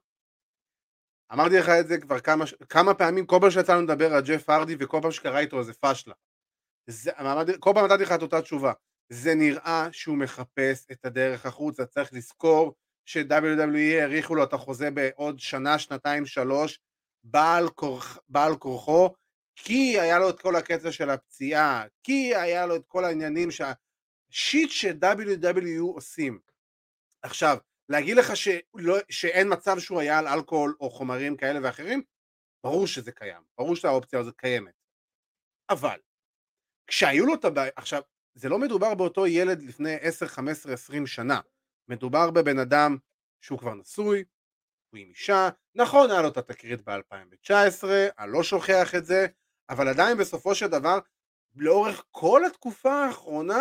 אמרתי לך את זה כבר כמה, כמה פעמים, כל פעם שיצאנו לדבר על ג'ף הרדי, וכל פעם שקרה איתו איזה פשלה. זה, כל פעם נתתי לך את אותה תשובה. זה נראה שהוא מחפש את הדרך החוצה, צריך לזכור ש-דאבליו דאבליו אי העריכו לו את החוזה בעוד שנה, שנתיים, שלוש, בעל, כורח, בעל כורחו, כי היה לו את כל הקטע של הפציעה, כי היה לו את כל העניינים, שהשיט ש-דאבליו דאבליו אי עושים. עכשיו, להגיד לך שלא, שאין מצב שהוא היה על אלכוהול או חומרים כאלה ואחרים, ברור שזה קיים, ברור שהאופציה הזאת קיימת. אבל, כשהיו לו את הבעיה, עכשיו, זה לא מדובר באותו ילד לפני עשר, חמש עשרה, עשרים שנה, מדובר בבן אדם שהוא כבר נשוי, הוא עם אישה, נכון, היה לו את התקרית ב-אלפיים תשע עשרה, אני לא שוכח את זה, אבל עדיין בסופו של דבר, לאורך כל התקופה האחרונה,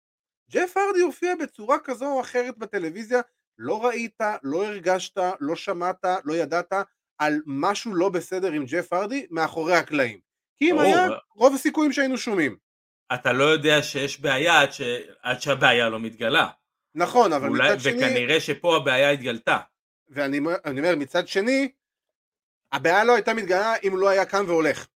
ג'ף הרדי הופיע בצורה כזו או אחרת בטלוויזיה, לא ראית, לא הרגשת, לא שמעת, לא ידעת על משהו לא בסדר עם ג'ף הרדי מאחורי הקלעים. כי אם היה, רוב הסיכויים שהיינו שומעים. אתה לא יודע שיש בעיה עד, ש... עד שהבעיה לא מתגלה. נכון, אבל אולי... מצד שני... וכנראה שפה הבעיה התגלתה. ואני אומר, מצד שני, הבעיה לא הייתה מתגלה אם הוא לא היה קם והולך.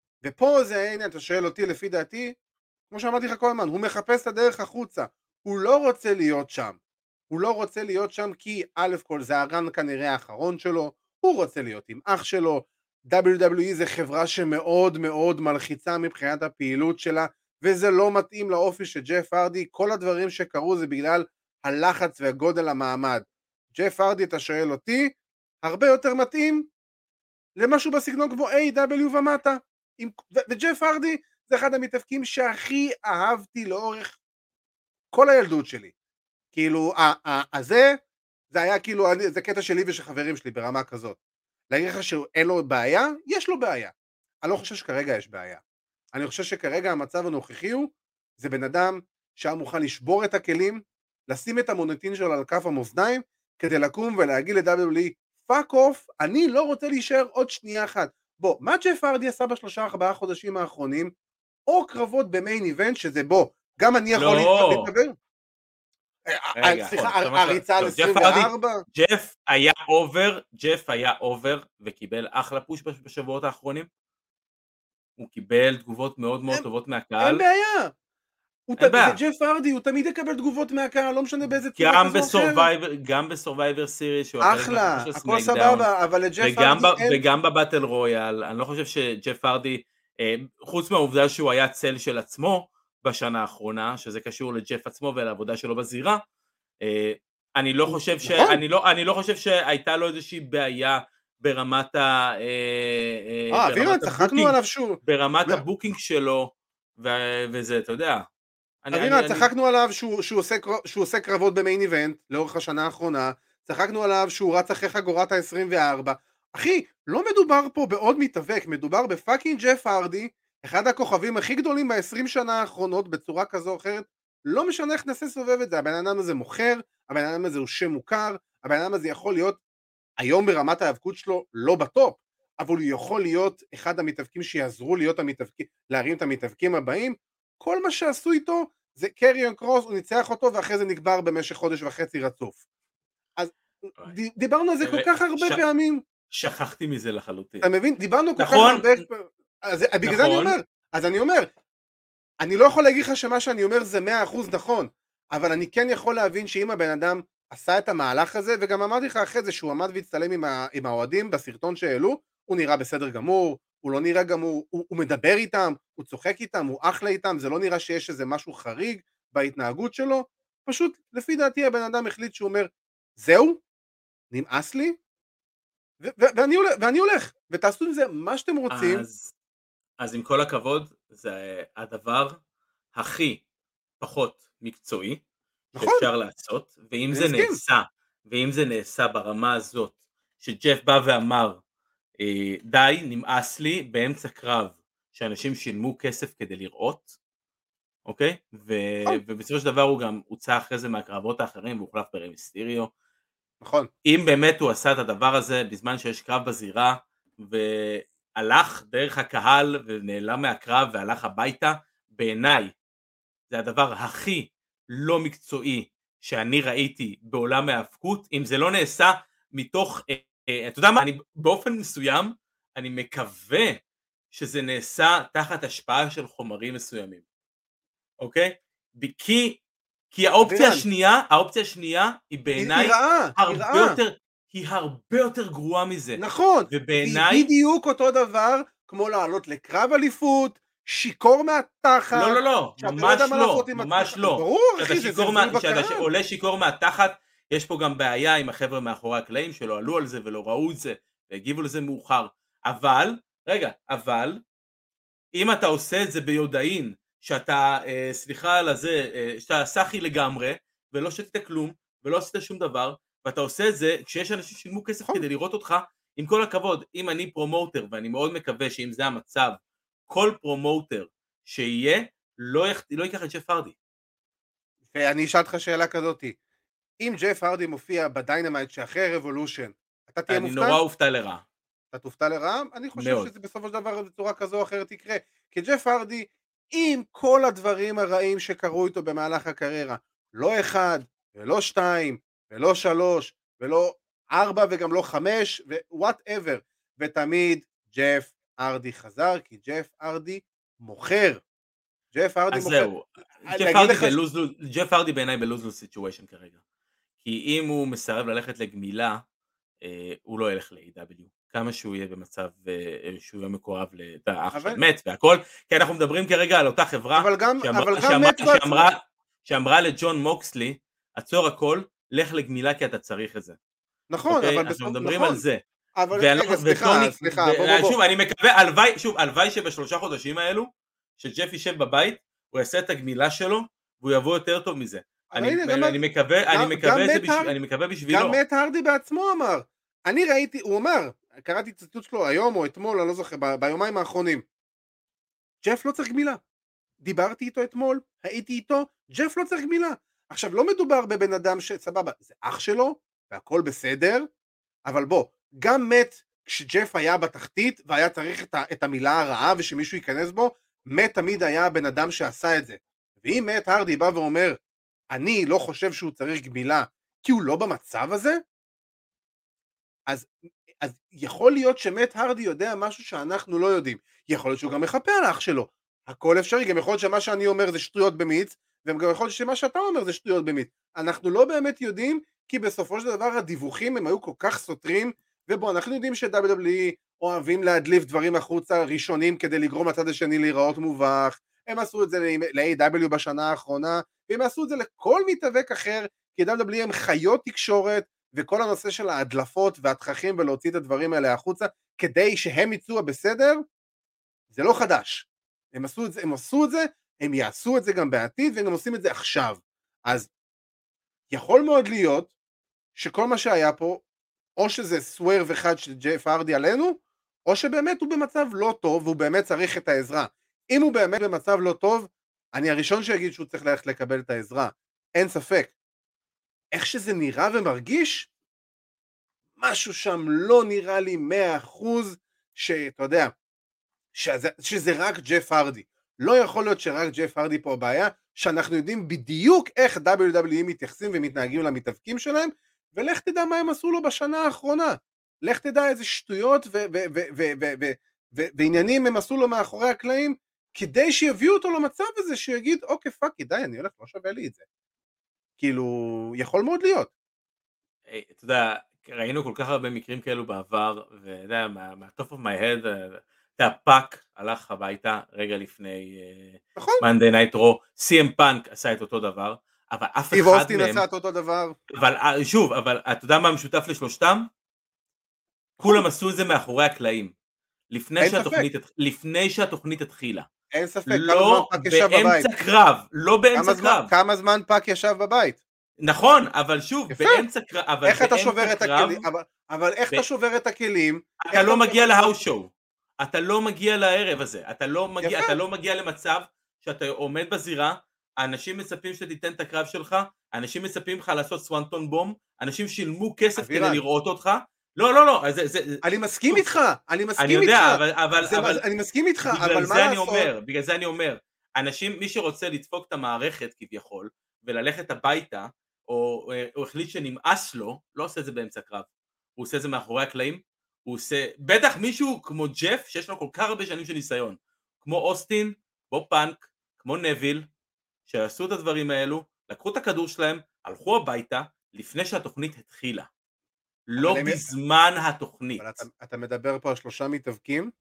ופה זה, הנה, אתה שואל אותי לפי דעתי, כמו שאמרתי לך כל הזמן, הוא מחפש את הדרך החוצה. הוא לא רוצה להיות שם. הוא לא רוצה להיות שם כי א' כל זה הרן כנראה האחרון שלו, הוא רוצה להיות עם אח שלו, דאבליו דאבליו אי זה חברה שמאוד מאוד מלחיצה מבחינת הפעילות שלה, וזה לא מתאים לאופי של ג'ף הרדי, כל הדברים שקרו זה בגלל הלחץ והגודל המעמד. ג'ף הרדי, אתה שואל אותי, הרבה יותר מתאים למשהו בסגנון כמו איי דאבליו ומטה, וג'ף הרדי זה אחד המתאבקים שהכי אהבתי לאורך כל הילדות שלי. כאילו, הזה, זה היה כאילו, זה קטע שלי ושל חברים שלי ברמה כזאת. להגיד לך שאין לו בעיה? יש לו בעיה. אני לא חושב שכרגע יש בעיה. אני חושב שכרגע המצב הנוכחי הוא, זה בן אדם שהיה מוכן לשבור את הכלים, לשים את המוניטין שלו על כף המאזניים, כדי לקום ולהגיד ל-דאבליו דאבליו אי, פאק אוף, אני לא רוצה להישאר עוד שנייה אחת. בוא, מה ג'ף הרדי עשה בשלושה ארבעה חודשים האחרונים, או קרבות במיין איבנט, שזה בוא, גם אני יכול להתקבל? סליחה, הריצה על עשרים וארבע? ג'ף היה אובר, ג'ף היה אובר, וקיבל אחלה פוש בשבועות האחרונים. הוא קיבל תגובות מאוד מאוד טובות מהקהל. אין בעיה. זה ג'ף הרדי, הוא תמיד יקבל תגובות מהקהל, לא משנה באיזה צורה כזו אחרת. גם בסורווייבר סיריס, אחלה, הכל סבבה, אבל לג'ף הרדי אין... וגם בבטל רויאל, אני לא חושב שג'ף הרדי חוץ מהעובדה שהוא היה צל של עצמו בשנה האחרונה, שזה קשור לג'ף עצמו ולעבודה שלו בזירה, אני לא חושב ש... אני לא, אני לא חושב שהייתה לו איזושהי בעיה ברמת ה... אה, אבירן, צחקנו עליו שהוא... ברמת הבוקינג שלו, וזה, אתה יודע. אבירן, צחקנו עליו שהוא עושה קרבות במיין איבנט, לאורך השנה האחרונה, צחקנו עליו שהוא רץ אחרי חגורת ה-עשרים וארבע, אחי, לא מדובר פה בעוד מתאבק, מדובר בפאקינג ג'ף הרדי, אחד הכוכבים הכי גדולים ב-עשרים שנה האחרונות, בצורה כזו או אחרת, לא משנה איך נעשה סובב את זה, הבן אדם הזה מוכר, הבן אדם הזה הוא שם מוכר, הבן אדם הזה יכול להיות, היום ברמת ההיאבקות שלו, לא בטופ, אבל הוא יכול להיות אחד המתאבקים שיעזרו להיות המתאבקים, להרים את המתאבקים הבאים, כל מה שעשו איתו, זה קריון קרוס, הוא ניצח אותו, ואחרי זה נגבר במשך חודש וחצי רצוף. אז דיברנו על זה כל כך הרבה פעמים. שכחתי מזה לחלוטין. אתה מבין? דיברנו כל כך הרבה... אז בגלל זה אני אומר, אז אני אומר, אני לא יכול להגיד לך שמה שאני אומר זה מאה אחוז נכון, אבל אני כן יכול להבין שאם הבן אדם עשה את המהלך הזה, וגם אמרתי לך אחרי זה שהוא עמד והצטלם עם, ה, עם האוהדים בסרטון שהעלו, הוא נראה בסדר גמור, הוא לא נראה גמור, הוא, הוא מדבר איתם, הוא צוחק איתם, הוא אחלה איתם, זה לא נראה שיש איזה משהו חריג בהתנהגות שלו, פשוט לפי דעתי הבן אדם החליט שהוא אומר, זהו, נמאס לי, ו- ו- ואני, הולך, ואני הולך, ותעשו עם זה מה שאתם רוצים. אז, אז עם כל הכבוד, זה הדבר הכי פחות מקצועי, נכון. שאפשר לעשות, ואם זה מסכים. נעשה, ואם זה נעשה ברמה הזאת, שג'ף בא ואמר, די, נמאס לי באמצע קרב, שאנשים שילמו כסף כדי לראות, אוקיי? ו- נכון. ובסופו של דבר הוא גם הוצא אחרי זה מהקרבות האחרים, והוא הוחלף ברי מיסטריו. נכון. אם באמת הוא עשה את הדבר הזה, בזמן שיש קרב בזירה, והלך דרך הקהל, ונעלם מהקרב, והלך הביתה, בעיניי, זה הדבר הכי לא מקצועי שאני ראיתי בעולם ההאבקות, אם זה לא נעשה מתוך, אה, אה, אתה יודע מה, אני באופן מסוים, אני מקווה שזה נעשה תחת השפעה של חומרים מסוימים, אוקיי? כי, כי האופציה השנייה, האופציה השנייה היא בעיניי הרבה יותר, היא הרבה יותר גרועה מזה. נכון, ובעיניי, היא בדיוק אותו דבר, כמו לעלות לקרב אליפות, שיקור מהתחת. לא, לא, לא, ממש לא, ממש לא. ברור, אחי, זה זלזול בקהל. כשאתה עולה שיקור מהתחת, יש פה גם בעיה עם החבר'ה מאחורי הקלעים שלא עלו על זה ולא ראו את זה, והגיבו לזה מאוחר. אבל, רגע, אבל, אם אתה עושה את זה ביודעין, שאתה, אה, סליחה על הזה, אה, שאתה סחי לגמרי, ולא שתית כלום, ולא עשית שום דבר, ואתה עושה את זה כשיש אנשים שילמו כסף כדי לראות אותך, עם כל הכבוד, אם אני פרומוטר, ואני מאוד מקווה שאם זה המצב, כל פרומוטר שיהיה, לא, יח... לא ייקח את ג'ף הרדי. ואני אשאל אותך שאלה כזאת, אם ג'ף הרדי מופיע בדיינמייט שאחרי רבולושן, אתה תהיה מופתע? אני נורא אופתע לרעה. אתה תופתע לרעה? אני חושב מאוד. שזה בסופו של דבר בצורה כזו או אחרת יקרה, כי ג'ף הרדי, עם כל הדברים הרעים שקרו איתו במהלך הקריירה, לא אחד, ולא שתיים, ולא שלוש, ולא ארבע, וגם לא חמש, ו-whatever, ותמיד ג'ף הרדי חזר, כי ג'ף הרדי מוכר. ג'ף הרדי אז מוכר. אז זהו, ג'ף הרדי בעיניי בלוז-לוז סיטואשן כרגע. כי אם הוא מסרב ללכת לגמילה, הוא לא ילך ל-איי דאבליו. כמה שהוא יהיה במצב שהוא יהיה מקורב לאח של מת והכל. כי אנחנו מדברים כרגע על אותה חברה שאמרה לג'ון מוקסלי, עצור הכל, לך לגמילה כי אתה צריך את זה. נכון, אבל אנחנו מדברים על זה. אבל רגע, סליחה, סליחה, בוא בוא בוא. שוב, אני מקווה, הלוואי, שוב, הלוואי שבשלושה חודשים האלו, שג'ף יישב בבית, הוא יעשה את הגמילה שלו, והוא יבוא יותר טוב מזה. אני מקווה, אני מקווה בשבילו. גם מאט הרדי בעצמו אמר, אני ראיתי, הוא אמר, קראתי ציטוט שלו היום או אתמול, אני לא זוכר, ביומיים האחרונים, ג'ף לא צריך גמילה. דיברתי איתו אתמול, הייתי איתו, ג'ף לא צריך גמילה. עכשיו, לא מדובר בבן אדם שסבבה, זה אח שלו, והכל בסדר, אבל בוא, גם מת כשג'ף היה בתחתית והיה צריך את, ה, את המילה הרעה ושמישהו ייכנס בו, מת תמיד היה הבן אדם שעשה את זה. ואם מת הרדי בא ואומר, אני לא חושב שהוא צריך גמילה כי הוא לא במצב הזה, אז, אז יכול להיות שמת הרדי יודע משהו שאנחנו לא יודעים. יכול להיות שהוא גם מחפה על האח שלו. הכל אפשרי, גם יכול להיות שמה שאני אומר זה שטויות במיץ, וגם יכול להיות שמה שאתה אומר זה שטויות במיץ. אנחנו לא באמת יודעים, כי בסופו של דבר הדיווחים הם היו כל כך סותרים, ובוא, אנחנו יודעים ש-דאבליו דאבליו אי אוהבים להדליף דברים החוצה ראשונים כדי לגרום לצד השני להיראות מובך, הם עשו את זה ל-איי דאבליו בשנה האחרונה, והם עשו את זה לכל מתאבק אחר, כי דאבליו דאבליו הם חיות תקשורת, וכל הנושא של ההדלפות והתככים ולהוציא את הדברים האלה החוצה, כדי שהם יצאו בסדר, זה לא חדש. הם עשו את זה, הם עשו את זה, הם יעשו את זה גם בעתיד, והם גם עושים את זה עכשיו. אז יכול מאוד להיות שכל מה שהיה פה, או שזה סוורב אחד של ג'ף הרדי עלינו, או שבאמת הוא במצב לא טוב, והוא באמת צריך את העזרה. אם הוא באמת במצב לא טוב, אני הראשון שיגיד שהוא צריך ללכת לקבל את העזרה. אין ספק. איך שזה נראה ומרגיש, משהו שם לא נראה לי מאה אחוז, שאתה יודע, שזה, שזה רק ג'ף הרדי. לא יכול להיות שרק ג'ף הרדי פה הבעיה, שאנחנו יודעים בדיוק איך דאבליו דאבליו אי מתייחסים ומתנהגים למתאבקים שלהם, ולך תדע מה הם עשו לו בשנה האחרונה. לך תדע איזה שטויות ו- ו- ו- ו- ו- ו- ו- ועניינים הם עשו לו מאחורי הקלעים, כדי שיביאו אותו למצב הזה, שיגיד, אוקיי, פאקי, די, אני הולך, לא שווה לי את זה. כאילו, יכול מאוד להיות. אתה יודע, ראינו כל כך הרבה מקרים כאלו בעבר, ואתה יודע, מה-top of my head, אתה יודע, פאק הלך הביתה רגע לפני נכון. Monday Night Raw, סי אם פאנק עשה את אותו דבר, אבל אף אחד סטיב מהם... אוסטין עשה את אותו דבר. אבל שוב, אבל אתה יודע מה משותף לשלושתם? כולם עשו את זה מאחורי הקלעים. לפני שהתוכנית, לפני שהתוכנית התחילה. אין ספק, לא באמצע קרב, לא באמצע קרב. כמה זמן פאק ישב בבית? נכון, אבל שוב, באמצע קרב, איך אתה שובר את הכלים? אבל איך אתה שובר את הכלים? אתה לא מגיע להאוס שואו. אתה לא מגיע לערב הזה. אתה לא מגיע, אתה לא מגיע למצב שאתה עומד בזירה, האנשים מצפים שתיתן את הקרב שלך, אנשים מצפים לך לעשות סוואנטון בום, אנשים שילמו כסף כדי לראות אותך. לא, לא, לא, זה, זה, אני מסכים איתך, אני מסכים אני יודע, איתך, אבל, אבל, זה, אבל, אני מסכים איתך, אבל בגלל מה זה אני לעשות? אומר, בגלל זה אני אומר, אנשים, מי שרוצה לדפוק את המערכת כביכול, וללכת הביתה, או הוא החליט שנמאס לו, לא עושה את זה באמצע קרב, הוא עושה את זה מאחורי הקלעים, הוא עושה, בטח מישהו כמו ג'ף, שיש לו כל כך הרבה שנים של ניסיון, כמו אוסטין, כמו פאנק, כמו נביל, שעשו את הדברים האלו, לקחו את הכדור שלהם, הלכו הביתה, לפני שהתוכנית התחילה. לא בזמן הם... התוכנית. אבל אתה, אתה מדבר פה על שלושה מתאבקים,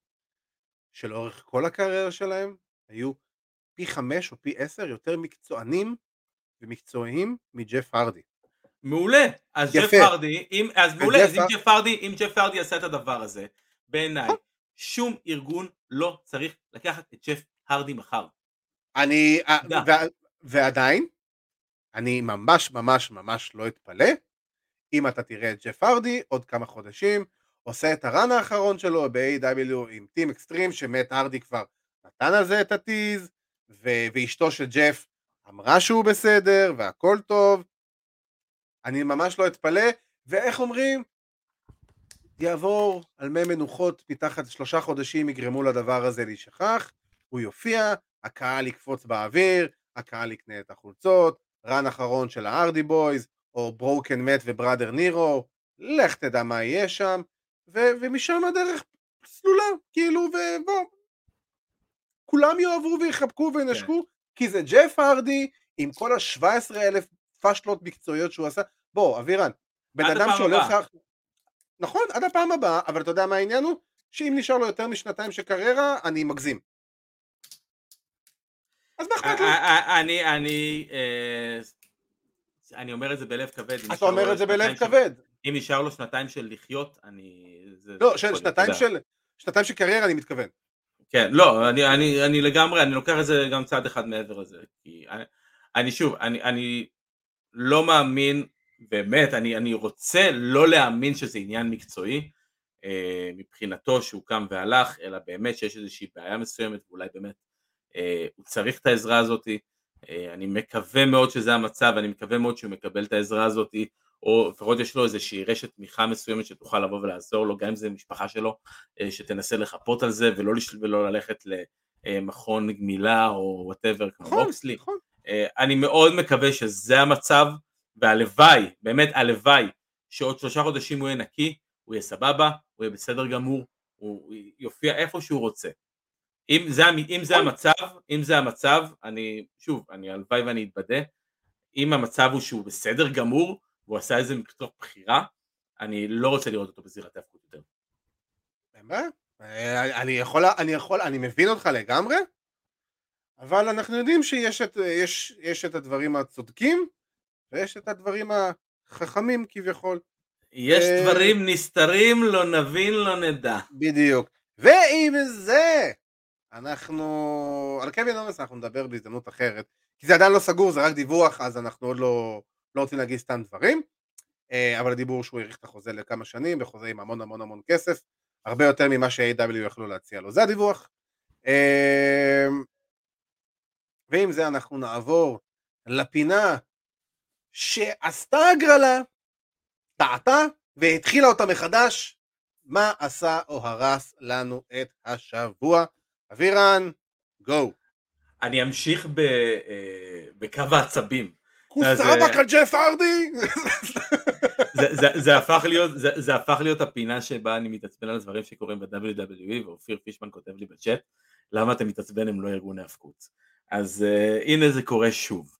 שלאורך כל הקריירה שלהם, היו פי חמש או פי עשר יותר מקצוענים, ומקצועיים מג'ף הרדי. מעולה. אז יפה. ג'ף הרדי, אם, אז מעולה, אז אם הר... ג'ף הרדי, אם ג'ף הרדי עשה את הדבר הזה, בעיניי, שום ארגון לא צריך לקחת את ג'ף הרדי מחר. אני, ו... ועדיין, אני ממש ממש ממש לא אתפלא, אם אתה תראה את ג'ף הרדי עוד כמה חודשים, עושה את הרן האחרון שלו ב-איי דאבליו עם טים אקסטרים, שמט הרדי כבר נתן על זה את הטיז, ו- ואשתו של ג'ף אמרה שהוא בסדר, והכל טוב, אני ממש לא אתפלא, ואיך אומרים? יעבור על מי מנוחות, מתחת שלושה חודשים יגרמו לדבר הזה להישכח, הוא יופיע, הקהל יקפוץ באוויר, הקהל יקנה את החולצות, רן אחרון של ההרדי בויז, או ברוקן מט ובראדר נירו, לך תדע מה יהיה שם, ו- ומשם הדרך סלולה, כאילו, ובוא, כולם יאהבו ויחבקו וינשקו, כן. כי זה ג'ף הרדי, עם כל ה-שבע עשרה אלף פשלות מקצועיות שהוא עשה, בוא, אבירן, בן אדם שהולך, נכון, עד הפעם הבאה, אבל אתה יודע מה העניין הוא? שאם נשאר לו יותר משנתיים של קריירה, אני מגזים. אז מה אכפת לו? אני, אני, אני אומר את זה בלב כבד. אתה אומר את זה בלב כבד. אם נשאר לו שנתיים של לחיות, אני... לא, שנתיים של... שנתיים של קריירה, אני מתכוון. כן, לא, אני, אני, אני לגמרי, אני לוקח את זה גם צעד אחד מעבר לזה. כי אני, אני שוב, אני, אני לא מאמין, באמת, אני, אני רוצה לא להאמין שזה עניין מקצועי, אה, מבחינתו שהוא קם והלך, אלא באמת שיש איזושהי בעיה מסוימת, ואולי באמת אה, הוא צריך את העזרה הזאת. אה, אני מקווה מאוד שזה המצב, אני מקווה מאוד שהוא מקבל את העזרה הזאת, או לפחות יש לו איזושהי רשת תמיכה מסוימת שתוכל לבוא ולעזור לו, גם אם זה משפחה שלו, שתנסה לחפות על זה, ולא, ולא ללכת למכון גמילה, או whatever, כמו מוקסלי. אני מאוד מקווה שזה המצב, והלוואי, באמת הלוואי, שעוד שלושה חודשים הוא יהיה נקי, הוא יהיה סבבה, הוא יהיה בסדר גמור, הוא יופיע איפה שהוא רוצה. אם זה, אם זה המצב, אם זה המצב, אני, שוב, אני הלוואי ואני אתבדה, אם המצב הוא שהוא בסדר גמור, והוא עשה איזה מתוך בחירה, אני לא רוצה לראות אותו בזירת ההפקות יותר. אני יכול, אני יכול, אני מבין אותך לגמרי, אבל אנחנו יודעים שיש את, יש, יש את הדברים הצודקים, ויש את הדברים החכמים כביכול. יש דברים נסתרים, לא נבין, לא נדע. בדיוק. ועם זה, אנחנו, על קווין אורנס אנחנו נדבר בהזדמנות אחרת, כי זה עדיין לא סגור, זה רק דיווח, אז אנחנו עוד לא, לא רוצים להגיד סתם דברים, אבל הדיבור שהוא העריך את החוזה לכמה שנים, בחוזה עם המון המון המון כסף, הרבה יותר ממה ש-איי דאבליו יכלו להציע לו, זה הדיווח. ועם זה אנחנו נעבור לפינה שעשתה הגרלה, טעתה והתחילה אותה מחדש, מה עשה או הרס לנו את השבוע. אבירן, גו. אני אמשיך ב, אה, בקו העצבים. כוסרבק על ג'ף ארדי? זה, זה, זה, הפך להיות, זה, זה הפך להיות הפינה שבה אני מתעצבן על הדברים שקורים ב-דאבליו דאבליו אי, ואופיר פישמן כותב לי בצ'אט, למה אתם מתעצבן הם לא ארגון ההפקות. אז uh, הנה זה קורה שוב.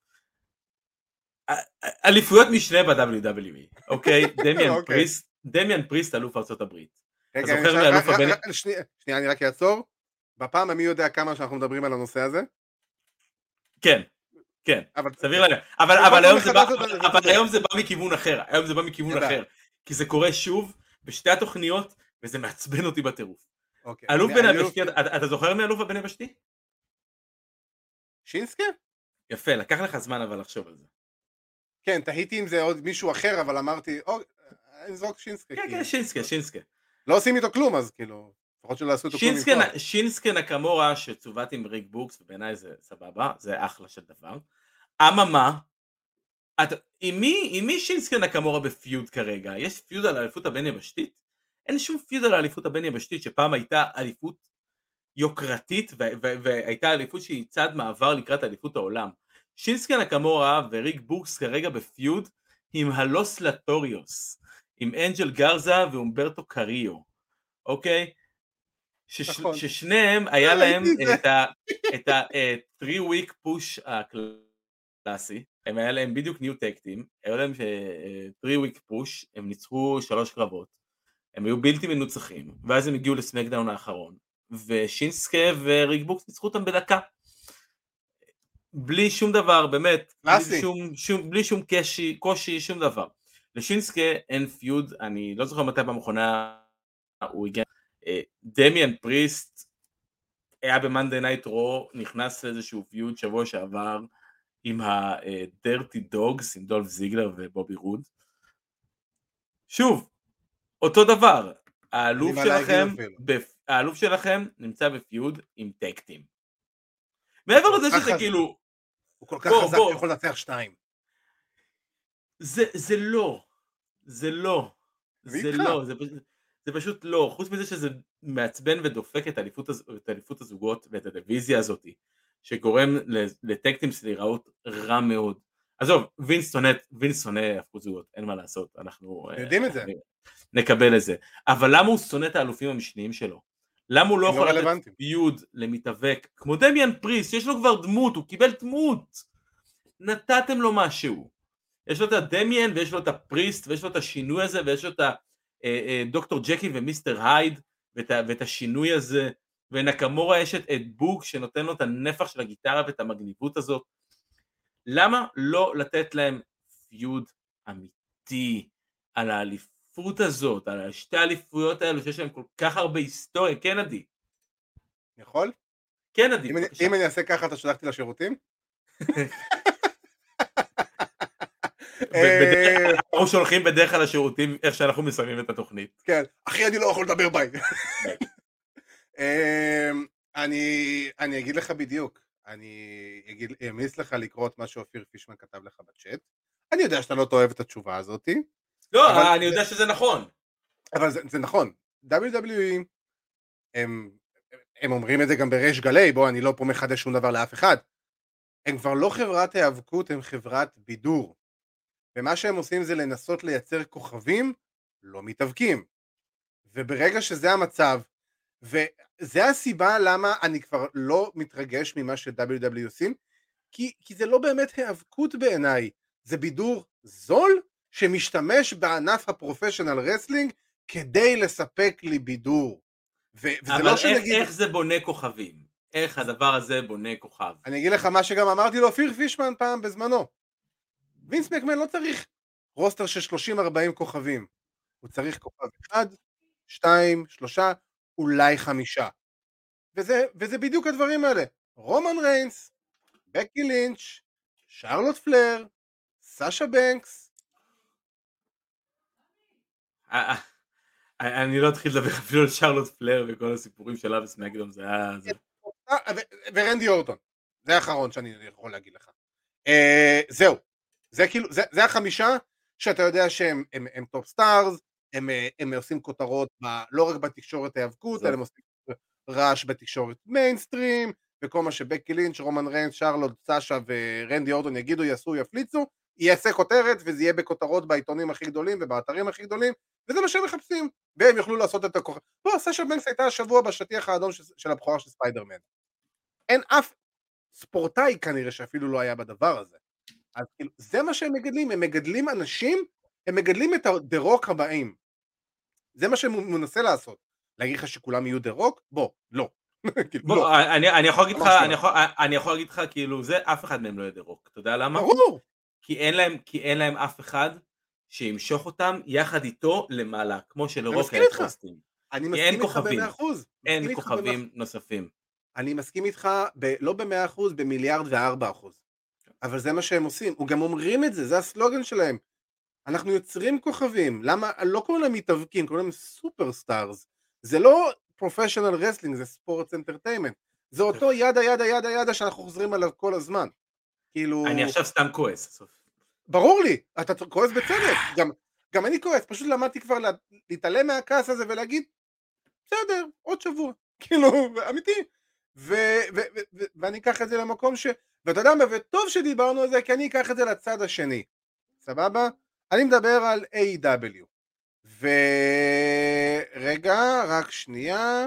אליפויות משנה ב-דאבליו דאבליו אי, אוקיי? דמיאן פריסט, דמיאן פריסט אלוף ארצות הברית. אתה זוכר מאלוף הבן... שנייה, אני רק אעצור. בפעם מי יודע כמה שאנחנו מדברים על הנושא הזה? כן, כן, סביר להניח. אבל היום זה בא מכיוון אחר, היום זה בא מכיוון אחר. כי זה קורה שוב בשתי התוכניות, וזה מעצבן אותי בטירוף. אלוף בן היבשתי, אתה זוכר מאלוף הבן היבשתי? שינסקי? יפה, לקח לך זמן אבל לחשוב על זה. כן, תהיתי אם זה עוד מישהו אחר, אבל אמרתי, אני זרוק שינסקי. כן, כן, שינסקי, שינסקי. לא עושים איתו כלום, אז כאילו, לפחות שלא עשו איתו כלום עם תואר. שינסקי נקמורה, שצוות עם ריק בוקס, ובעיניי זה סבבה, זה אחלה של דבר. אממה, עם מי שינסקי נקמורה בפיוד כרגע? יש פיוד על האליפות הבין יבשתית? אין שום פיוד על האליפות הבין יבשתית, שפעם הייתה אליפות יוקרתית, והייתה אליפות שהיא צעד מעבר לקראת אליפות העולם. שינסקי נקמורה וריק בוקס כרגע בפיוד עם הלוס לטוריוס, עם אנג'ל גרזה ואומברטו קריו, אוקיי? ששניהם היה להם את ה-three week push הקלאסי, הם היה להם בדיוק ניו טקטים, היה להם three week push, הם ניצחו שלוש קרבות, הם היו בלתי מנוצחים, ואז הם הגיעו לסמקדאון האחרון, ושינסקי וריק בוקס ניצחו אותם בדקה. בלי שום דבר, באמת, בלי שום, שום, בלי שום קשי, קושי, שום דבר. לשינסקי אין פיוד, אני לא זוכר מתי במכונה הוא הגיע, דמיאן פריסט היה במנדי נייט רו, נכנס לאיזשהו פיוד שבוע שעבר עם ה-Dirty Dogs, עם דולף זיגלר ובובי רוד. שוב, אותו דבר, האלוף שלכם, האלוף שלכם נמצא בפיוד עם טקטים. מעבר לזה שזה כאילו... הוא כל כך חזק, הוא יכול לנצח שתיים. זה לא, זה לא, זה לא, זה פשוט לא. חוץ מזה שזה מעצבן ודופק את האליפות הזוגות ואת הדיוויזיה הזאת, שגורם לטקטימס להיראות רע מאוד. עזוב, וינס שונא הפכות זוגות, אין מה לעשות, אנחנו יודעים את זה. נקבל את זה. אבל למה הוא שונא את האלופים המשניים שלו? למה הוא לא יכול לתת פיוד למתאבק כמו דמיאן פריסט, יש לו כבר דמות, הוא קיבל דמות, נתתם לו משהו, יש לו את הדמיאן ויש לו את הפריסט ויש לו את השינוי הזה ויש לו את דוקטור ג'קי ומיסטר הייד ואת השינוי הזה, ונקמורה יש את בוק שנותן לו את הנפח של הגיטרה ואת המגניבות הזאת. למה לא לתת להם פיוד אמיתי על האליפות הזאת, על שתי האליפויות האלו שיש להם כל כך הרבה היסטוריה? כן עדי, יכול? כן עדי, אם אני אעשה ככה אתה שלחתי לשירותים? אנחנו שולחים בדרך כלל לשירותים איך שאנחנו מסיימים את התוכנית. כן, אחי אני לא יכול לדבר ביי. אני אגיד לך בדיוק, אני אמליץ לך לקרוא את מה שאופיר פישמן כתב לך בצ'אט. אני יודע שאתה לא תאהב את התשובה הזאת. לא, אני יודע שזה נכון. אבל זה נכון. דאבליו דאבליו אי, הם אומרים את זה גם בריש גלי, בוא, אני לא פה מחדש שום דבר לאף אחד. הם כבר לא חברת היאבקות, הם חברת בידור. ומה שהם עושים זה לנסות לייצר כוכבים, לא מתאבקים. וברגע שזה המצב, וזה הסיבה למה אני כבר לא מתרגש ממה ש-דאבליו דאבליו אי עושים, כי, כי זה לא באמת היאבקות בעיניי, זה בידור זול, שמשתמש בענף הפרופשיונל רסלינג, כדי לספק לי בידור. וזה אבל לא איך, שנגיד... איך זה בונה כוכבים? איך הדבר הזה בונה כוכב? אני אגיד לך מה שגם אמרתי לאופיר פישמן פעם בזמנו. וינס מקמן לא צריך רוסטר של שלושים ארבעים כוכבים. הוא צריך כוכב אחד, שתיים, שלושה, אולי חמישה. וזה, וזה בדיוק הדברים האלה. רומן ריינס, בקי לינץ', שרלוט פלר, סאשה בנקס. אני לא אתחיל לדבר אפילו על שרלוט פלר וכל הסיפורים שלה בסמקדאון, זה היה... ורנדי אורטון. זה האחרון שאני יכול להגיד לך. זהו. זה כאילו, זה החמישה שאתה יודע שהם טופ סטארס, הם עושים כותרות לא רק בתקשורת ההיאבקות, אלא הם עושים רעש בתקשורת מיינסטרים, וכל מה שבקי לינץ', רומן ריינס, שרלוט, סאשה ורנדי אורטון יגידו, יעשו, יפליצו, יעשה כותרת, וזה יהיה בכותרות בעיתונים הכי גדולים ובאתרים הכי גדולים, וזה מה שהם מחפשים, והם יוכלו לעשות את הכוכב. בוא, סאשה בנקס הייתה השבוע בשטיח האדום של הבכורה של ספיידרמן. אין אף ספורטאי כנראה שאפילו לא היה בדבר הזה. אז כאילו, זה מה שהם מגדלים, הם מגדלים אנשים, הם מגדלים את הדרוק הבאים. זה מה שהם מנסה לעשות. להגיד לך שכולם יהיו דרוק? בוא, לא. בוא, אני יכול להגיד לך, אני יכול להגיד לך, כאילו, זה, אף אחד מהם לא יהיה דרוק. אתה יודע למה? ברור. כי אין להם, כי אין להם אף אחד שימשוך אותם יחד איתו למעלה, כמו שלרוק היה פוסטים. אני מסכים איתך במאה אחוז. אין כוכבים נוספים. אני מסכים איתך, לא במאה אחוז, במיליארד וארבע אחוז. אבל זה מה שהם עושים, וגם אומרים את זה, זה הסלוגן שלהם. אנחנו יוצרים כוכבים, למה? לא קוראים להם מתאבקים, קוראים להם סופר סטארס. זה לא פרופשיונל רסלינג, זה ספורט אנטרטיימנט. זה אותו ידה ידה ידה ידה שאנחנו חוזרים עליו כל הזמן. כאילו... אני עכשיו סתם כועס. ברור לי, אתה כועס בצדק. גם, גם אני כועס, פשוט למדתי כבר לה, להתעלם מהכעס הזה ולהגיד, בסדר, עוד שבוע. כאילו, אמיתי. ו, ו, ו, ו, ואני אקח את זה למקום ש... ואתה יודע מה, וטוב שדיברנו על זה, כי אני אקח את זה לצד השני. סבבה? אני מדבר על איי אי דאבליו. ורגע, רק שנייה.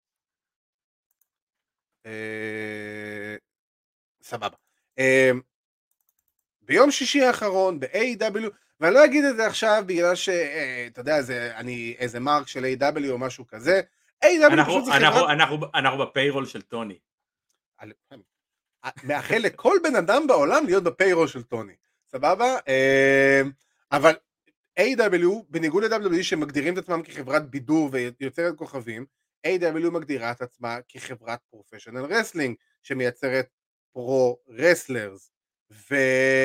אה... סבבה. אה... ביום שישי האחרון ב-איי אי דאבליו, ואני לא אגיד את זה עכשיו בגלל ש... אה, אתה יודע, זה, אני איזה מרק של איי אי דאבליו או משהו כזה. איי אי דאבליו פשוט זה חברת... אנחנו, אנחנו, אנחנו בפיירול של טוני. מאחל לכל בן אדם בעולם להיות בפיירול של טוני. סבבה? אבל איי אי דאבליו, בניגוד ל-דאבליו דאבליו אי שמגדירים את עצמם כחברת בידור ויוצרת כוכבים, איי אי דאבליו מגדירה את עצמה כחברת פרופשיונל רסלינג, שמייצרת פרו-רסלרס. ו...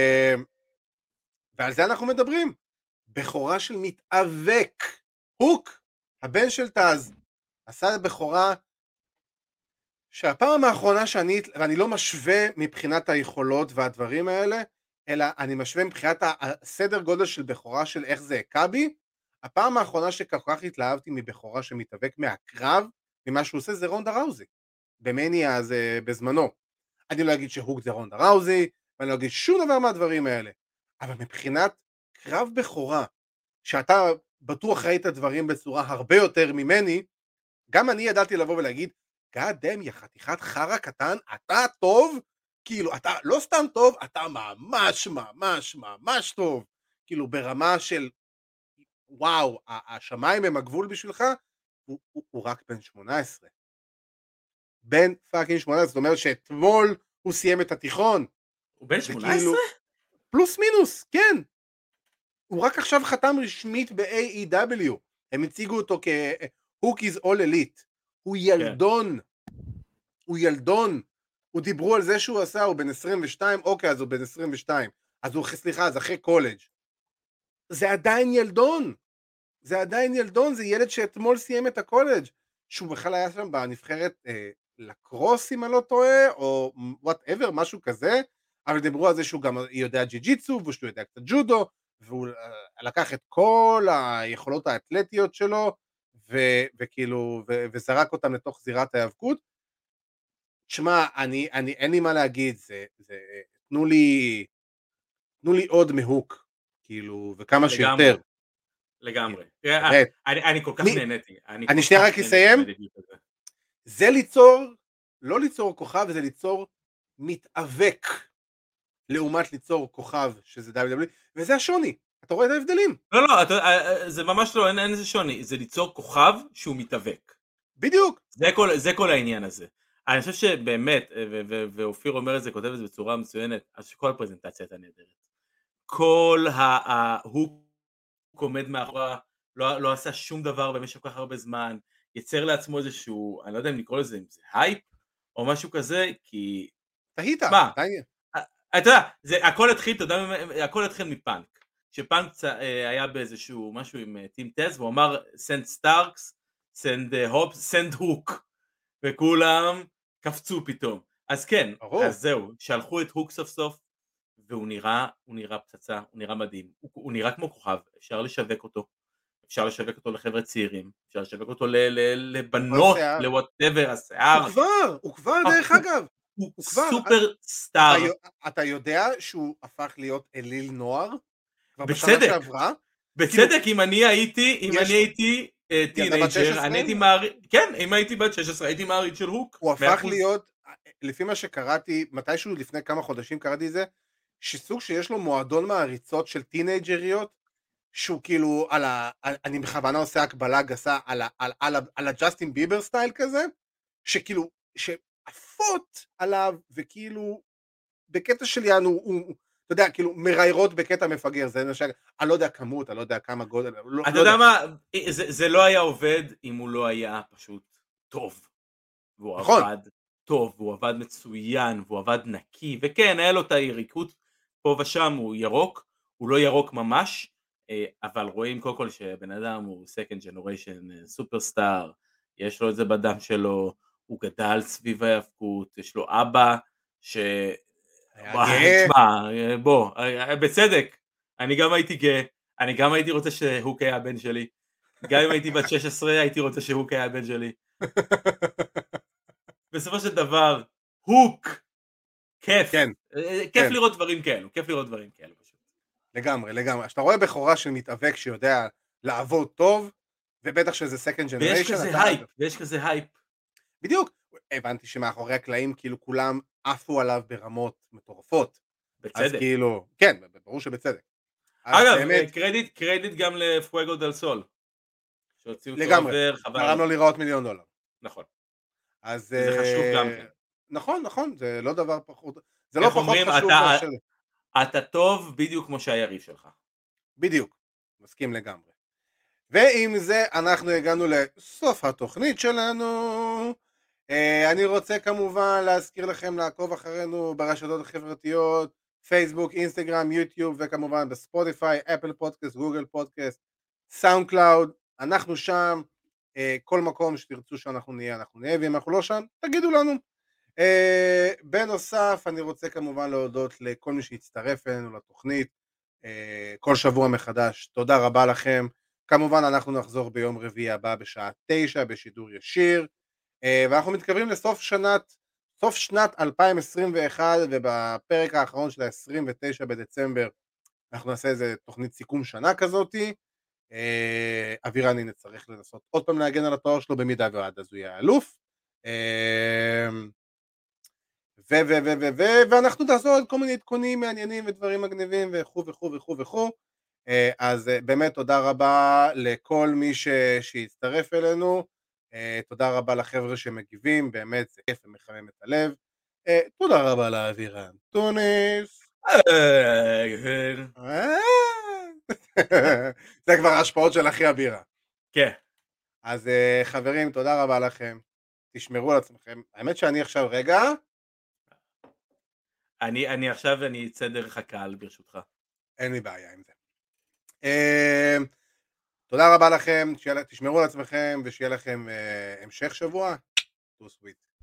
ועל זה אנחנו מדברים. בכורה של מתאבק. הוק, הבן של טאז, עשה בכורה שהפעם האחרונה שאני, ואני לא משווה מבחינת היכולות והדברים האלה, אלא אני משווה מבחינת הסדר גודל של בכורה של איך זה קאבי, הפעם האחרונה שכל כך התלהבתי מבכורה שמתאבק מהקרב, ממה שהוא עושה זה רונדה ראוזי, במניה הזה בזמנו. אני לא אגיד שהוק זה רונדה ראוזי, ואני לא אגיד שום דבר מהדברים האלה, אבל מבחינת קרב בכורה, שאתה בטוח ראית דברים בצורה הרבה יותר ממני, גם אני ידעתי לבוא ולהגיד, God damn, יא חתיכת חרה קטן, אתה טוב, כאילו, אתה לא סתם טוב, אתה ממש ממש ממש טוב, כאילו ברמה של, וואו, השמיים הם הגבול בשבילך, הוא, הוא, הוא רק בן שמונה עשרה. בן פאקינג שמונה עשרה, זאת אומרת שאתמול הוא סיים את התיכון. הוא בן שמונה עשרה? כאילו, פלוס מינוס, כן. הוא רק עכשיו חתם רשמית ב-איי אי דאבליו. הם הציגו אותו כ-Hook is all elite. הוא ילדון. כן. הוא ילדון. הוא דיברו על זה שהוא עשה, הוא בן עשרים ושתיים, אוקיי, אז הוא בן עשרים ושתיים. אז הוא, סליחה, אז אחרי קולג'. זה עדיין ילדון. זה עדיין ילדון, זה ילד שאתמול סיים את הקולג'. שהוא בכלל היה שם בנבחרת אה, לקרוס, אם אני לא טועה, או whatever, משהו כזה. אבל דיברו על זה שהוא גם יודע ג'י-ג'יצו, ושהוא יודע קצת ג'ודו, והוא לקח את כל היכולות האתלטיות שלו, ו- וכאילו, ו- וזרק אותם לתוך זירת ההיאבקות. תשמע, אני, אני, אין לי מה להגיד, זה, זה, תנו לי, תנו לי עוד מהוק, כאילו, וכמה לגמרי, שיותר. לגמרי. אני, אני כל כך מי, נהניתי. אני, אני שנייה רק אסיים. זה ליצור, לא ליצור כוכב, זה ליצור מתאבק. לעומת ליצור כוכב שזה דאבליו דאבליו אי, וזה השוני, אתה רואה את ההבדלים. לא, לא, אתה, זה ממש לא, אין, אין איזה שוני, זה ליצור כוכב שהוא מתאבק. בדיוק. זה כל, זה כל העניין הזה. אני חושב שבאמת, ואופיר אומר את זה, כותב את זה בצורה מצוינת, אז כל הפרזנטציה הייתה נהדרת. כל ההוק עומד מאחורה, לא, לא עשה שום דבר במשך כל כך הרבה זמן, יצר לעצמו איזשהו, אני לא יודע אם לקרוא לזה, אם זה הייפ, או משהו כזה, כי... תהית, מה? תהית. אתה יודע, זה, הכל התחיל, אתה יודע, הכל התחיל מפאנק. שפאנק היה באיזשהו משהו עם טים טז, והוא אמר, send סטארקס, send הופס, send הוק. וכולם קפצו פתאום. אז כן, ברור. אז זהו, שלחו את הוק סוף סוף, והוא נראה, הוא נראה פצצה, הוא נראה מדהים, הוא, הוא נראה כמו כוכב, אפשר לשווק אותו, אפשר לשווק אותו לחבר'ה צעירים, אפשר לשווק אותו ל, ל, לבנות, לוואטאבר, השיער. הוא כבר, הוא כבר דרך אגב. הוא, הוא סופר סטאר. אתה, אתה יודע שהוא הפך להיות אליל נוער? בצדק, בצדק, אם אני הייתי, אם אני הייתי טינג'ר, אני הייתי מעריץ, כן, אם הייתי בת שש עשרה, הייתי מעריץ של הוק. הוא הפך להיות, לפי מה שקראתי, מתישהו לפני כמה חודשים קראתי זה, שסוג שיש לו מועדון מעריצות של טינג'ריות, שהוא כאילו, על ה, אני בכוונה עושה הקבלה גסה, על ה, על, על, על הג'סטין ביבר סטייל כזה, שכאילו, שעפות עליו, וכאילו, בקטע של יענו, הוא, אתה יודע, כאילו, מראיירות בקטע מפגר, זה נשאר, אני לא יודע כמות, אני לא יודע כמה גודל, לא, אתה לא יודע יודע. מה, זה, זה לא היה עובד אם הוא לא היה פשוט טוב. והוא נכון. עבד טוב, והוא עבד מצוין, והוא עבד נקי, וכן, היה לו את היריקות פה ושם, הוא ירוק, הוא לא ירוק ממש, אבל רואים קודם כל שבן אדם הוא second generation סופרסטאר, יש לו את זה בדם שלו, הוא גדל סביב ההאבקות, יש לו אבא ש... תשמע, בוא, בצדק, אני גם הייתי גאה, אני גם הייתי רוצה שהוק היה הבן שלי, גם אם הייתי בת שש עשרה הייתי רוצה שהוק היה הבן שלי. בסופו של דבר, הוק, כיף, כן, כיף כן. לראות דברים כאלו, כיף לראות דברים כאלו. לגמרי, לגמרי. כשאתה רואה בחורה של מתאבק שיודע לעבוד טוב, ובטח שזה second generation. ויש כזה הייפ, ויש כזה הייפ. בדיוק. הבנתי שמאחורי הקלעים כאילו כולם עפו עליו ברמות מטורפות. בצדק. אז כאילו, כן, ברור שבצדק. אגב, באמת... קרדיט, קרדיט גם לפואגו דל סול. שהוציאו אותו עובר, חבל. גרם לו לראות מיליון דולר. נכון. אז... זה חשוב גם כן. נכון, נכון, זה לא דבר פחות... זה לא פחות חשוב. אתה טוב בדיוק כמו שהיריב שלך. בדיוק, מסכים לגמרי. ועם זה אנחנו הגענו לסוף התוכנית שלנו. אני רוצה כמובן להזכיר לכם לעקוב אחרינו ברשתות החברתיות, פייסבוק, אינסטגרם, יוטיוב, וכמובן בספוטיפיי, אפל פודקאסט, גוגל פודקאסט, סאונד קלאוד. אנחנו שם, כל מקום שתרצו שאנחנו נהיה, אנחנו נהיה, ואם אנחנו לא שם, תגידו לנו. Uh, בנוסף אני רוצה כמובן להודות לכל מי שהצטרף אלינו לתוכנית uh, כל שבוע מחדש, תודה רבה לכם. כמובן אנחנו נחזור ביום רביעי הבא בשעה תשע בשידור ישיר, uh, ואנחנו מתקרבים לסוף שנת סוף שנת אלפיים עשרים ואחת, ובפרק האחרון של ה-עשרים ותשעה בדצמבר אנחנו נעשה איזה תוכנית סיכום שנה כזאת. uh, אבירני נצטרך לנסות עוד פעם להגן על התואר שלו במידה ועד אז הוא יהיה אלוף, uh, ו ו ו ו ו ואנחנו נעזור על כל מיני עדכונים מעניינים ודברים מגניבים וכו' וכו' וכו' וכו'. אז באמת תודה רבה לכל מי שהצטרף אלינו, תודה רבה לחבר'ה שמגיבים, באמת זה כיף ומחמם את הלב. תודה רבה לאבירן טוניס. זה כבר ההשפעות של אחי הבירה. כן. אז חברים, תודה רבה לכם, תשמרו על עצמכם. האמת שאני עכשיו רגע אני, אני עכשיו אני אצא דרך הקהל ברשותך. אין לי בעיה עם זה. תודה רבה לכם, תשמרו על עצמכם ושיהיה לכם המשך שבוע.